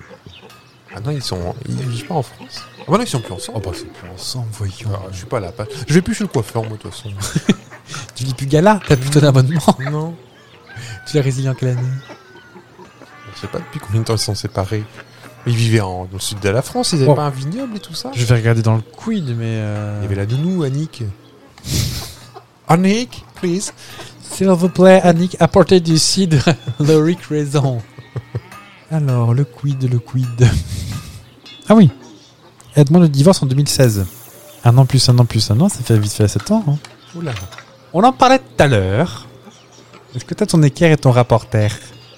Ah non, ils sont. Ils vivent pas en France. Ah bah non, ils sont plus ensemble. Oh, bah, c'est plus ensemble, voyons. Ah, je suis pas là. Pas... Je vais plus chez le coiffeur, moi, de toute façon. Tu vis plus gala? T'as plus ton abonnement? Non. Tu l'as résilié en quelle année? Je sais pas depuis combien de temps ils sont séparés. Ils vivaient en, dans le sud de la France, ils avaient Oh. pas un vignoble et tout ça. Je vais regarder dans le quid, mais... Euh... Il y avait la nounou, Annick. Annick, please. S'il vous plaît, Annick, apportez du cidre. Loric raison. Alors, le quid, le quid. Ah oui. Elle demande le divorce en deux mille seize. Un an plus un an plus un an, ça fait vite fait sept ans. Hein. Oula. On en parlait tout à l'heure. Est-ce que t'as ton équerre et ton rapporteur?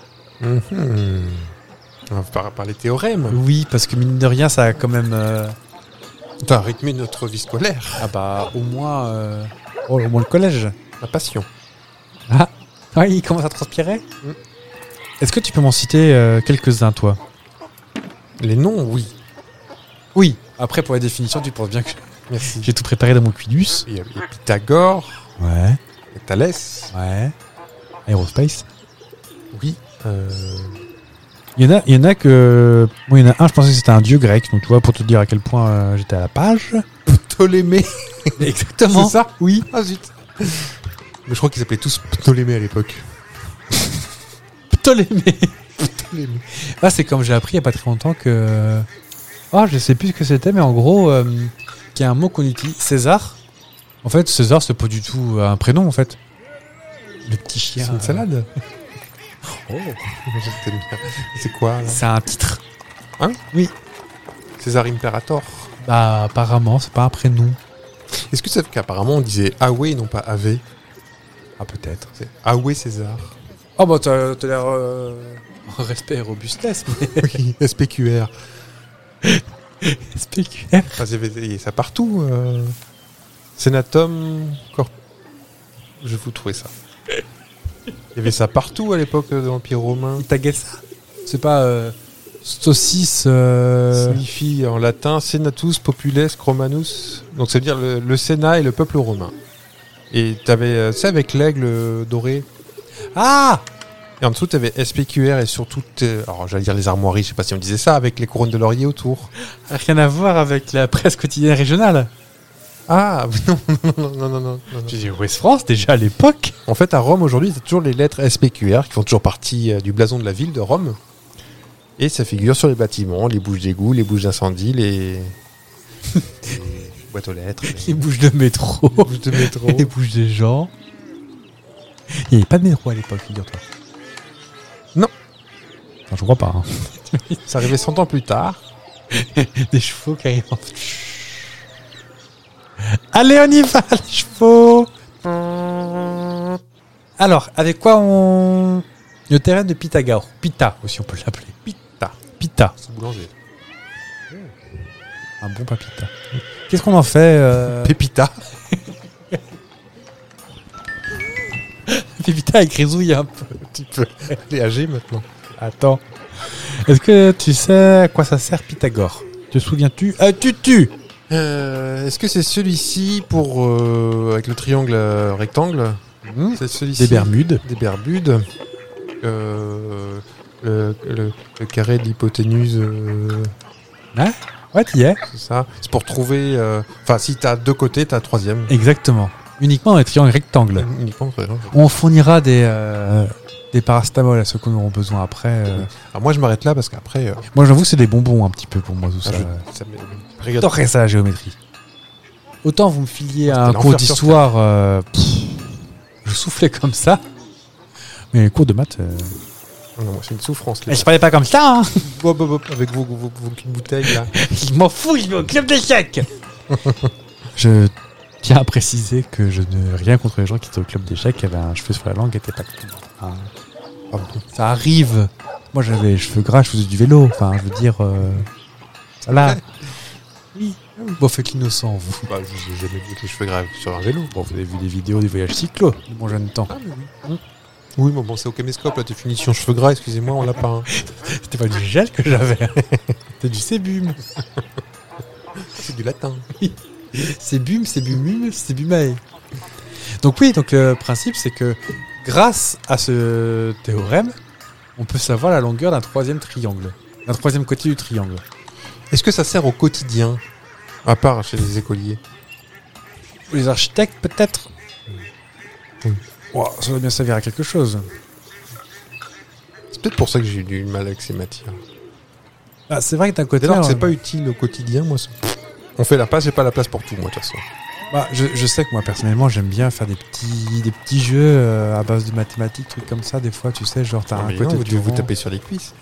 Mhm. On va par- parler théorème. Oui, parce que mine de rien, ça a quand même... euh, T'as rythmé notre vie scolaire. Ah bah, au moins... euh, oh, au moins le collège. La passion. Ah, ah il commence à transpirer. Mm. Est-ce que tu peux m'en citer euh, quelques-uns, toi? Les noms, oui. Oui. Après, pour la définition, tu penses bien que Merci. j'ai tout préparé dans mon quidus. Il y a il y a Pythagore, Ouais. il y a Thalès. Ouais. Aerospace. Oui. Euh... Il y en a, il y en a que... Bon, il y en a un, je pensais que c'était un dieu grec. Donc, tu vois, pour te dire à quel point euh, j'étais à la page. Ptolémée. Exactement. C'est ça? Oui. Ah zut. Mais je crois qu'ils s'appelaient tous Ptolémée à l'époque. Ptolémée. Ptolémée. Ah, c'est comme j'ai appris il n'y a pas très longtemps que... Oh, je sais plus ce que c'était, mais en gros, euh, qu'il y a un mot qu'on utilise. César. En fait, César, c'est pas du tout un prénom, en fait. Le petit chien. C'est une salade. Oh. Je t'aime bien. C'est quoi là? C'est un titre. César Imperator. Bah, apparemment, c'est pas un prénom. Est-ce que ça fait qu'apparemment on disait Awe non pas Ave? Ah, peut-être. C'est Awe César. Oh, bah, t'as, t'as l'air... Euh... Respect et robustesse, mais... Oui, S P Q R. S P Q R. Enfin, il y avait il y avait ça partout. Euh... Senatum Corp. Je vais vous trouver ça. Il y avait ça partout à l'époque de l'Empire romain. Il taguait ça. C'est pas... Euh... Saucisse... Euh... Signifie en latin Senatus Popules Romanus. Donc ça veut dire le, le Sénat et le peuple romain. Et t'avais, euh, tu sais, avec l'aigle euh, doré. Ah. Et en dessous, t'avais S P Q R et surtout, euh, alors j'allais dire les armoiries, je sais pas si on disait ça, avec les couronnes de laurier autour. Rien à voir avec la presse quotidienne régionale. Ah, non, non, non, non, non, non. J'ai dit Ouest France, déjà à l'époque. En fait, à Rome, aujourd'hui, t'as toujours les lettres S P Q R qui font toujours partie euh, du blason de la ville de Rome. Et ça figure sur les bâtiments, les bouches d'égout, les bouches d'incendie, les... les boîtes aux lettres. Les bouches de métro. Les bouches de métro. Les bouches des gens. Il n'y avait pas de métro à l'époque, figure-toi. Non. Enfin, je crois pas. Hein. Ça arrivait cent ans plus tard. Des chevaux qui arrivent en... Allez, on y va, les chevaux. Alors, avec quoi on... Le terrain de Pythagore. Pita, aussi on peut l'appeler. Pita. Pita. C'est boulanger. Un bon papita. Qu'est-ce qu'on en fait euh... Pépita. Pépita avec grisouille un peu. Un petit peu. Elle est âgée maintenant. Attends. Est-ce que tu sais à quoi ça sert Pythagore? Te souviens-tu? Euh, tu tu Euh, est-ce que c'est celui-ci pour euh, avec le triangle euh, rectangle? Mmh. C'est celui-ci. Des Bermudes. Des Bermudes. Euh, le, le, le carré de l'hypoténuse. Euh, Hein? Ouais, t'y es. c'est ça. C'est pour trouver. Enfin, si t'as deux côtés, t'as un troisième. Exactement. Uniquement un triangle rectangle. Uniquement, ouais, non. On fournira des, euh, des paracétamol à ceux qui en auront besoin après. euh. Alors moi, je m'arrête là parce qu'après, euh, Moi, j'avoue, c'est des bonbons un petit peu pour moi, tout ça. ah, je- ça me- regarde. J'adorerais ça, la géométrie. Autant vous me filiez C'était un l'enfer cours sur d'histoire, euh, pff, je soufflais comme ça. Mais les cours de maths, euh... Ah non, moi, c'est une souffrance. je parlais pas comme ça, hein. Hop, hop, hop, avec vos, vos, vos petites bouteilles là. Je m'en fous, je vais au club d'échecs. Je tiens à préciser que je n'ai rien contre les gens qui étaient au club d'échecs, qui avaient un cheveu sur la langue, qui était pas cool. Enfin, Pardon. ça arrive. Moi, j'avais les cheveux gras, je faisais du vélo. Enfin, je veux dire, euh... ça là. Oui. Bon, faites l'innocent, vous. Bah, je vous ai jamais vu avec les cheveux graves sur un vélo. Bon, vous avez vu des vidéos des voyages cyclo de mon jeune temps. Ah, mais oui. Oui, mais bon, c'est au caméscope, la définition cheveux gras, excusez-moi, on l'a pas. Hein. C'était pas du gel que j'avais. C'était du sébum. C'est du latin. Sébum, sébumum, sébumae. Donc oui, donc le principe c'est que grâce à ce théorème, on peut savoir la longueur d'un troisième triangle, d'un troisième côté du triangle. Est-ce que ça sert au quotidien, à part chez les écoliers? Pour les architectes peut-être. Oui. Wow, ça doit bien servir à quelque chose. C'est peut-être pour ça que j'ai eu du mal avec ces matières. Ah, c'est vrai que d'un côté, Dès lors que c'est euh, pas utile au quotidien, moi, c'est- on fait la passe, j'ai pas la place pour tout, moi, de toute façon. bah, je, je sais que moi personnellement j'aime bien faire des petits, des petits jeux euh, à base de mathématiques, trucs comme ça. Des fois, tu sais, genre t'as Non, un mais côté non, vous du devez vous rond. taper sur les cuisses.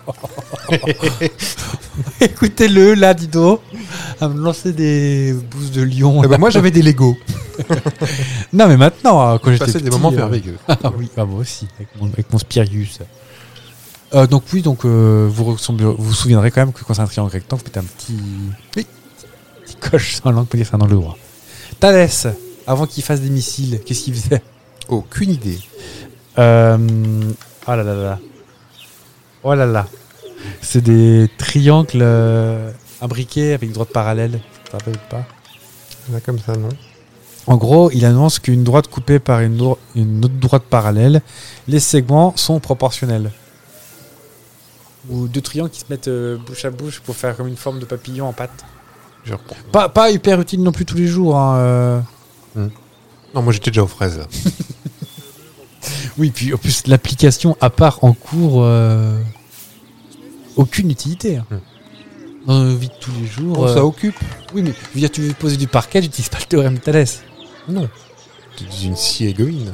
Écoutez-le là, Dido, à me lancer des bouses de lion. Eh ben, moi, j'avais des Lego. Non, mais maintenant, euh, quand J'ai j'étais passé petit, des moments euh, merveilleux. Ah oui, ah, moi aussi, avec mon, avec mon Spirius. Euh, donc oui, donc euh, vous, ressemblez- vous vous souviendrez quand même que quand c'est un triangle rectangle, vous mettez un petit, oui, petit coche sur un angle pour dire que c'est un angle droit. Thalès, avant qu'il fasse des missiles, qu'est-ce qu'il faisait? Aucune idée. euh, Oh là là là. Oh là là. C'est des triangles euh, imbriqués avec une droite parallèle. Tu te rappelles pas? Là, comme ça, non. En gros, il annonce qu'une droite coupée par une, dro- une autre droite parallèle, les segments sont proportionnels. Ou deux triangles qui se mettent euh, bouche à bouche pour faire comme une forme de papillon en pâte. Je reprends. Pas, pas hyper utile non plus tous les jours. Hein, euh. Non, moi, j'étais déjà aux fraises, là. Oui, puis en plus, l'application, à part en cours, euh, aucune utilité. Hein. Hmm. Dans la vie de tous les jours. Bon, euh, ça occupe. Oui, mais je veux dire, tu veux poser du parquet, j'utilise pas le théorème de Thalès. Non. Tu es une si égoïne.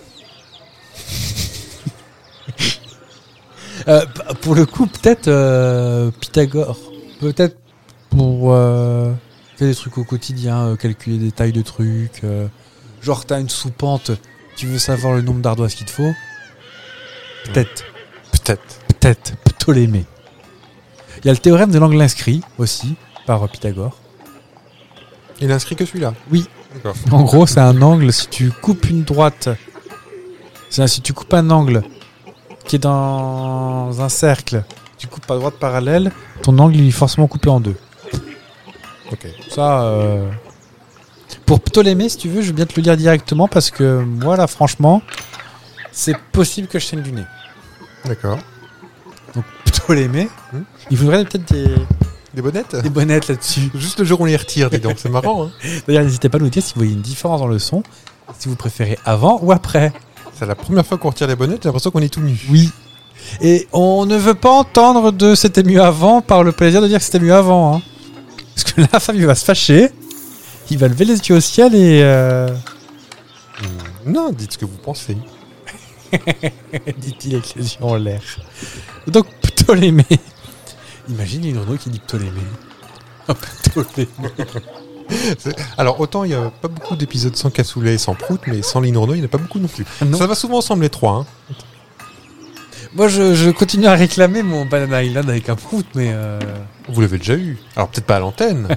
Euh, p- pour le coup, peut-être euh, Pythagore. Peut-être pour euh, faire des trucs au quotidien, euh, calculer des tailles de trucs. euh, genre, t'as une soupente, tu veux savoir le nombre d'ardoises qu'il te faut. Peut-être. Peut-être. Peut-être. Ptolémée. Il y a le théorème de l'angle inscrit aussi, par euh, Pythagore. Il inscrit que celui-là. Oui. D'accord. En gros, c'est un angle, si tu coupes une droite, c'est si tu coupes un angle qui est dans un cercle, tu coupes à droite parallèle, ton angle il est forcément coupé en deux. Ok. Ça, euh... pour Ptolémée, si tu veux, je veux bien te le lire directement parce que moi, là, franchement, c'est possible que je saigne du nez. D'accord. Donc, Ptolémée, Hmm. il faudrait peut-être des, Des bonnettes des bonnettes là-dessus. Juste le jour où on les retire, dis donc. C'est marrant, hein. D'ailleurs, n'hésitez pas à nous dire si vous voyez une différence dans le son, si vous préférez avant ou après. C'est la première fois qu'on retire les bonnettes, j'ai l'impression qu'on est tout nu. Oui. Et on ne veut pas entendre de c'était mieux avant par le plaisir de dire que c'était mieux avant. Hein. Parce que là, Fabien va se fâcher. Il va lever les yeux au ciel et... Euh... Hmm. Non, dites ce que vous pensez. dit-il avec les yeux en l'air. Donc, Ptolémée. Imagine une Renault qui dit Ptolémée. Oh, Ptolémée. C'est- Alors, autant il n'y a pas beaucoup d'épisodes sans cassoulet et sans prout, mais sans Lynn Renault, il n'y en a pas beaucoup non plus. Non. Ça va souvent ensemble les trois. Hein. Moi, je, je continue à réclamer mon Banana Island avec un prout, mais... Euh... Vous l'avez déjà eu. Alors, peut-être pas à l'antenne.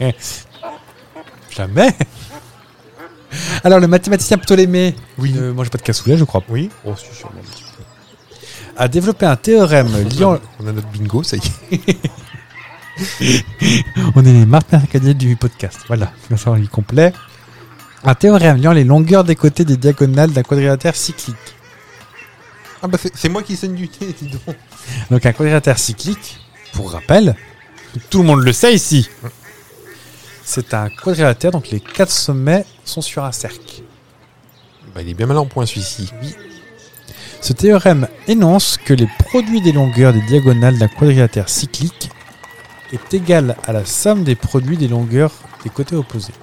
Jamais. Alors, le mathématicien Ptolémée, Oui. ne mange pas de cassoulet, je crois. Oui. Oh, si, sûrement un petit peu. A développé un théorème liant... On a notre bingo, ça y est. On est les Martin Mercadier du podcast. Voilà, comme ça on est complet. Un théorème liant les longueurs des côtés des diagonales d'un quadrilatère cyclique. Ah bah c'est c'est moi qui saigne du nez, dis donc. Donc un quadrilatère cyclique, pour rappel, tout le monde le sait ici. C'est un quadrilatère, donc les quatre sommets sont sur un cercle. Bah, il est bien mal en point celui-ci. Oui. Ce théorème énonce que les produits des longueurs des diagonales d'un quadrilatère cyclique est égal à la somme des produits des longueurs des côtés opposés.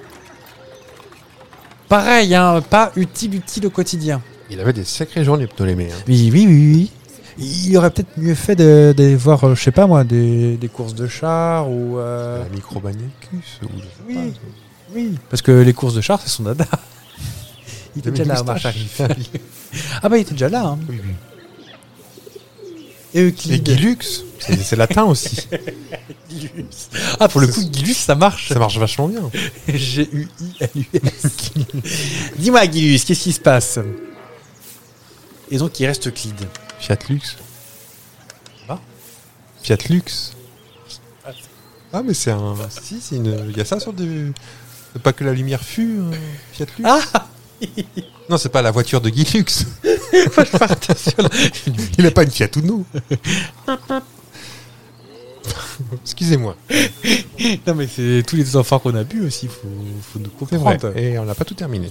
Pareil, hein, pas utile utile au quotidien. Il avait des sacrées journées, Ptolémée. Hein. Oui, oui, oui, oui. Il aurait peut-être mieux fait de- d'aller voir, euh, je sais pas moi, des, des courses de chars ou... euh, La Micromaniacus. Ou... Oui, oui. Parce que les courses de chars, c'est son dada. Il était avait déjà une là, Omar moustache. Sharif. Ah bah il était déjà là. Hein. Oui, oui. Et Et Euclide. Guilux, c'est c'est latin aussi. Ah, pour le coup, Guilus, ça marche. Ça marche vachement bien. G U I L U S. Dis-moi, Guilus, qu'est-ce qui se passe? Et donc, il reste Euclide. Fiat Lux. Ah. Fiat Lux. Ah, mais c'est un. Si, c'est une. Il y a ça sur des. Pas que la lumière fut, euh, Fiat Lux. Ah Non, c'est pas la voiture de Guy Lux. Moi, je partais sur la... Il n'a pas une Fiat Uno. Excusez-moi. Non, mais c'est tous les enfants qu'on a bu aussi, faut, faut nous C'est vrai. comprendre. Et on n'a pas tout terminé.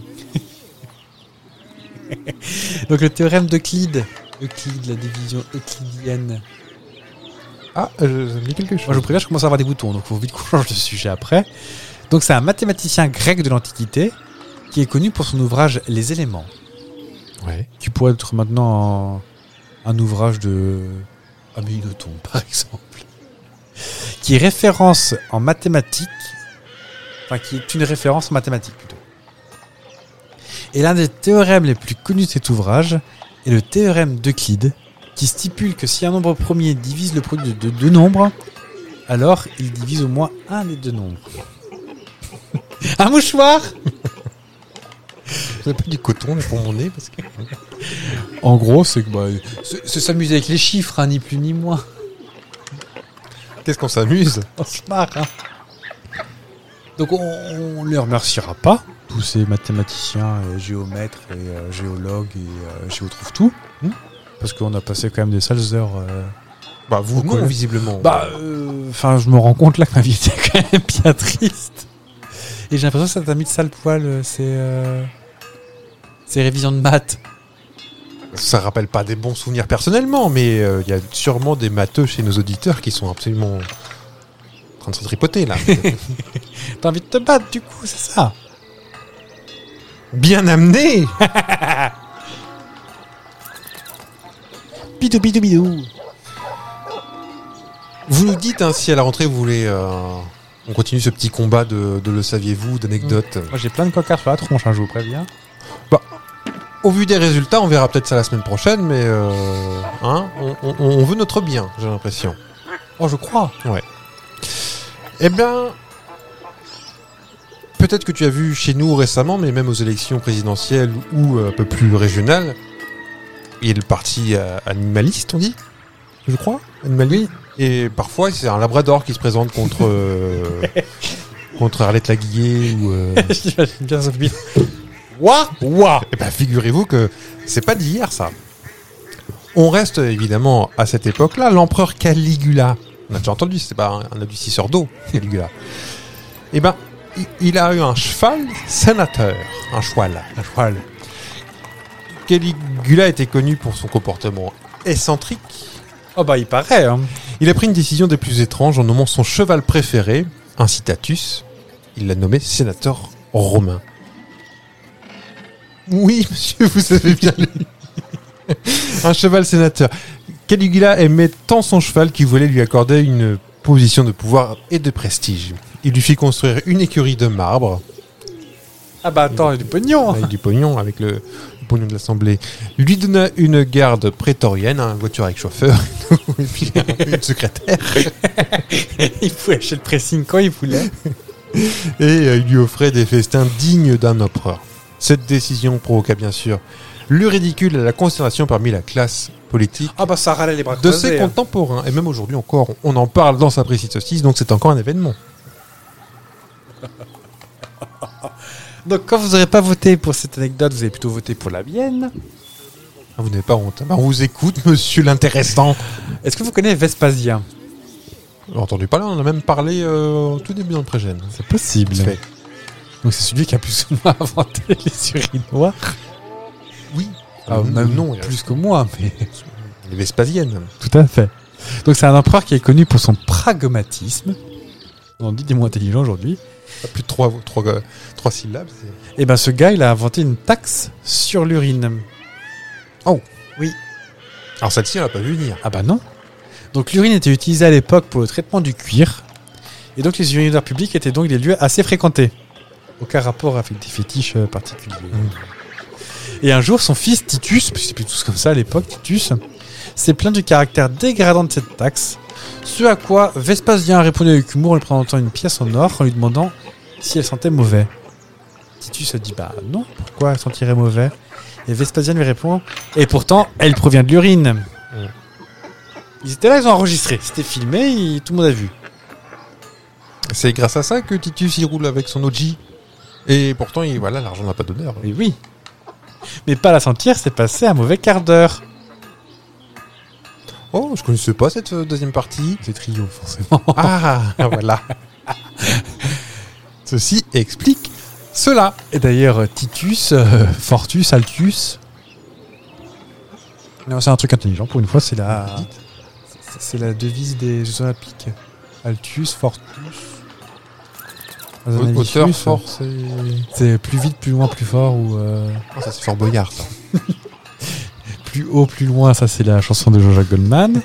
Donc, le théorème d'Euclide. Euclide, la division euclidienne. Ah, euh, ça me dit quelque chose. Moi, je vous préviens, je commence à avoir des boutons, donc il faut vite qu'on change de sujet après. Donc, c'est un mathématicien grec de l'Antiquité qui est connu pour son ouvrage Les éléments, Ouais. qui pourrait être maintenant un, un ouvrage de Hamilton, par exemple, qui est référence en mathématiques, enfin, qui est une référence en mathématiques plutôt. Et l'un des théorèmes les plus connus de cet ouvrage est le théorème d'Euclide, qui stipule que si un nombre premier divise le produit de deux nombres, alors il divise au moins un des deux nombres. Un mouchoir? Vous avez pas du coton là, pour mon nez parce que... En gros, c'est que bah, c'est c'est s'amuser avec les chiffres, hein, ni plus ni moins. Qu'est-ce qu'on s'amuse? On se marre, hein. Donc on, on les remerciera pas, tous ces mathématiciens, euh, géomètres et euh, géologues et euh, géotrouve-tout, hein, parce qu'on a passé quand même des sales heures. euh, Bah, vous, Au non, collège. visiblement. Bah, enfin, je me rends compte là que ma vie était quand même bien triste. Et j'ai l'impression que ça t'a mis de sale poil, euh, ces, euh, ces révisions de maths. Ça rappelle pas des bons souvenirs personnellement, mais il euh, y a sûrement des matheux chez nos auditeurs qui sont absolument en train de se tripoter là. T'as envie de te battre, du coup, c'est ça. Bien amené. Bidou, bidou, bidou. Vous nous dites hein, si à la rentrée vous voulez, euh, on continue ce petit combat de, de le saviez-vous, d'anecdotes. Moi, j'ai plein de cocards sur la tronche, hein, je vous préviens. Au vu des résultats, on verra peut-être ça la semaine prochaine, mais euh, hein, on, on- on veut notre bien, j'ai l'impression. Oh, je crois. Eh bien, peut-être que tu as vu chez nous récemment, mais même aux élections présidentielles ou euh, un peu plus régionales, il y a le parti euh, animaliste, on dit, je crois, animaliste. Et parfois, c'est un labrador qui se présente contre euh, contre Arlette Laguillet ou. Euh... J'imagine bien ça. Ouah, ouah. Eh ben, figurez-vous que c'est pas d'hier, ça. On reste évidemment à cette époque-là. L'empereur Caligula, on a déjà entendu, c'est pas un, un adoucisseur d'eau, Caligula. Eh ben, il, il a eu un cheval sénateur, un cheval, un cheval. Caligula était connu pour son comportement excentrique. Oh bah, il paraît, hein. Il a pris une décision des plus étranges en nommant son cheval préféré, Incitatus. Il l'a nommé sénateur romain. Oui, monsieur, vous avez bien lu. Un cheval sénateur. Caligula aimait tant son cheval qu'il voulait lui accorder une position de pouvoir et de prestige. Il lui fit construire une écurie de marbre, Ah bah, attends, il y a du pognon. avec du pognon, avec le, le pognon de l'Assemblée. Lui donna une garde prétorienne, une voiture avec chauffeur, et puis une secrétaire. Il pouvait acheter le pressing quand il voulait. Et euh, il lui offrait des festins dignes d'un empereur. Cette décision provoqua bien sûr le ridicule et la considération parmi la classe politique Ah bah, ça râlait les bras de croisés, ses hein. contemporains. Et même aujourd'hui encore, on en parle dans sa précise saucisse, donc c'est encore un événement. Donc, quand vous n'aurez pas voté pour cette anecdote, vous avez plutôt voté pour la mienne. Ah, vous n'avez pas honte. Bah, on vous écoute, monsieur l'intéressant. Est-ce que vous connaissez Vespasien? On a entendu parler, on en a même parlé euh, au tout début dans le pré-gène. C'est possible. Fait. Donc, c'est celui qui a plus ou moins inventé les urinoirs. Oui. Ah, Le même nom, il y a- plus que moi, mais Les Vespasiennes. tout à fait. Donc c'est un empereur qui est connu pour son pragmatisme. On dit des mots intelligents aujourd'hui. Pas plus de trois, trois, euh, trois syllabes. c'est- Et ben ce gars, il a inventé une taxe sur l'urine. Alors celle-ci, on l'a pas vu venir. Ah bah non. Donc l'urine était utilisée à l'époque pour le traitement du cuir. Et donc les urinoirs publics étaient donc des lieux assez fréquentés. Aucun rapport avec des fétiches euh, particuliers. Et un jour, son fils Titus, parce que c'est plus tous comme ça à l'époque, Titus, s'est plaint du caractère dégradant de cette taxe. Ce à quoi Vespasien répondait avec humour en lui présentant une pièce en or en lui demandant si elle sentait mauvais. Titus a dit bah non, pourquoi elle sentirait mauvais? Et Vespasien lui répond et pourtant elle provient de l'urine. Ils étaient là, ils ont enregistré, c'était filmé, et tout le monde a vu. C'est grâce à ça que Titus il roule avec son O G. Et pourtant, il, voilà, l'argent n'a pas d'honneur. Et oui. Mais pas la sentir, c'est passé un mauvais quart d'heure. Oh, je connaissais pas cette euh, deuxième partie. C'est trio, forcément. Ah, voilà. Ceci explique cela. Et d'ailleurs, Titus, euh, Fortus, Altus. Non, c'est un truc intelligent. Pour une fois, c'est la, c'est- c'est la devise des Jeux Olympiques. Altus, Fortus. Azanavicius, Auteur, force et... C'est plus vite, plus loin, plus fort ou euh, Ah, ça c'est Fort Boyard, ça. plus haut, plus loin. Ça, c'est la chanson de Jean-Jacques Goldman.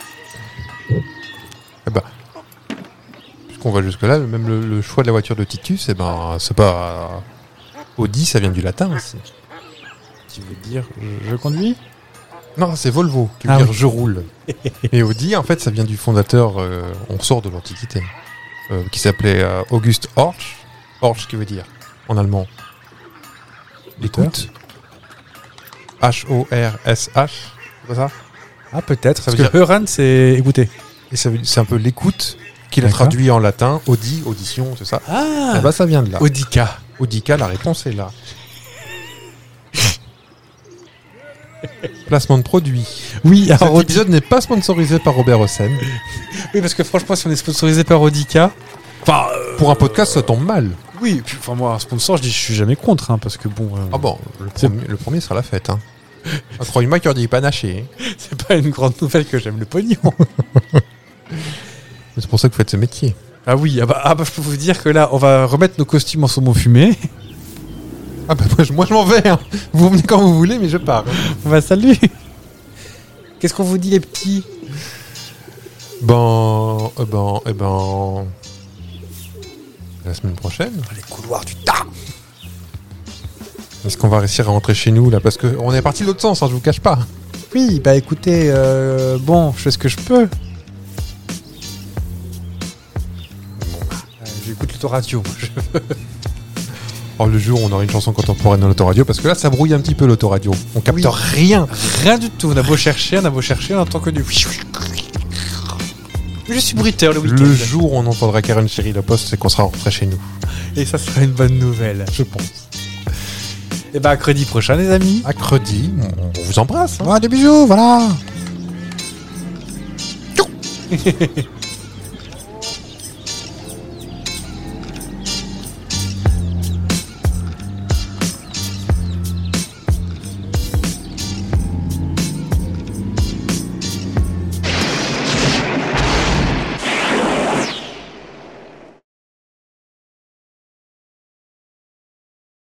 Puisqu'on va jusque-là, même le, le choix de la voiture de Titus, eh ben, c'est pas... Audi, ça vient du latin aussi. Tu veux dire, je, je conduis? Non, c'est Volvo, qui veut Ah dire oui. je roule. Et Audi, en fait, ça vient du fondateur, euh, on sort de l'Antiquité, euh, qui s'appelait euh, Auguste Horch. Horch, qui veut dire, en allemand, l'écoute. H O R S H, c'est pas ça? Ah, peut-être. Ça Parce veut que Hören, c'est écouter. Et ça veut- c'est un peu l'écoute, qu'il a D'accord. traduit en latin, Audi, audition, c'est ça. Ah, Eh ben, ça vient de là. Audica. Audica, la réponse est là. Placement de produit. Oui, Cet alors Audi- épisode n'est pas sponsorisé par Robert Hossein. oui, parce que franchement, si on est sponsorisé par Audica, enfin, euh, Pour un podcast, ça tombe mal. oui, puis, enfin moi, un sponsor, je dis, je suis jamais contre, hein, parce que bon, euh, Ah bon, le C'est- premier, le premier sera la fête. Hein. Ah, croyez-moi qu'il y aura des panaches. c'est pas une grande nouvelle que j'aime le pognon. C'est pour ça que vous faites ce métier. ah oui, ah bah, ah bah, je peux vous dire que là, on va remettre nos costumes en saumon fumé. Ah bah moi je, moi, je m'en vais. Hein. Vous venez quand vous voulez, mais je pars. On va salut. Qu'est-ce qu'on vous dit, les petits? Ben, eh ben, eh ben, la semaine prochaine. Les couloirs du tas. Est-ce qu'on va réussir à rentrer chez nous là? Parce qu'on est parti de l'autre sens, hein, je vous cache pas. Oui, bah écoutez, euh, bon, je fais ce que je peux. Euh, J'écoute l'autoradio. moi, je- Oh, le jour où on aura une chanson contemporaine dans l'autoradio, parce que là ça brouille un petit peu l'autoradio. On capte Oui. rien. Rien du tout. On a beau chercher, on a beau chercher, on entend que du. Je suis bruiteur le week-end. Le jour où on entendra Karen Chéri le poste, c'est qu'on sera rentré chez nous. Et ça sera une bonne nouvelle. Je pense. Et bah, mercredi prochain, les amis. Mercredi, on vous embrasse. Hein. Ouais, des bisous, voilà.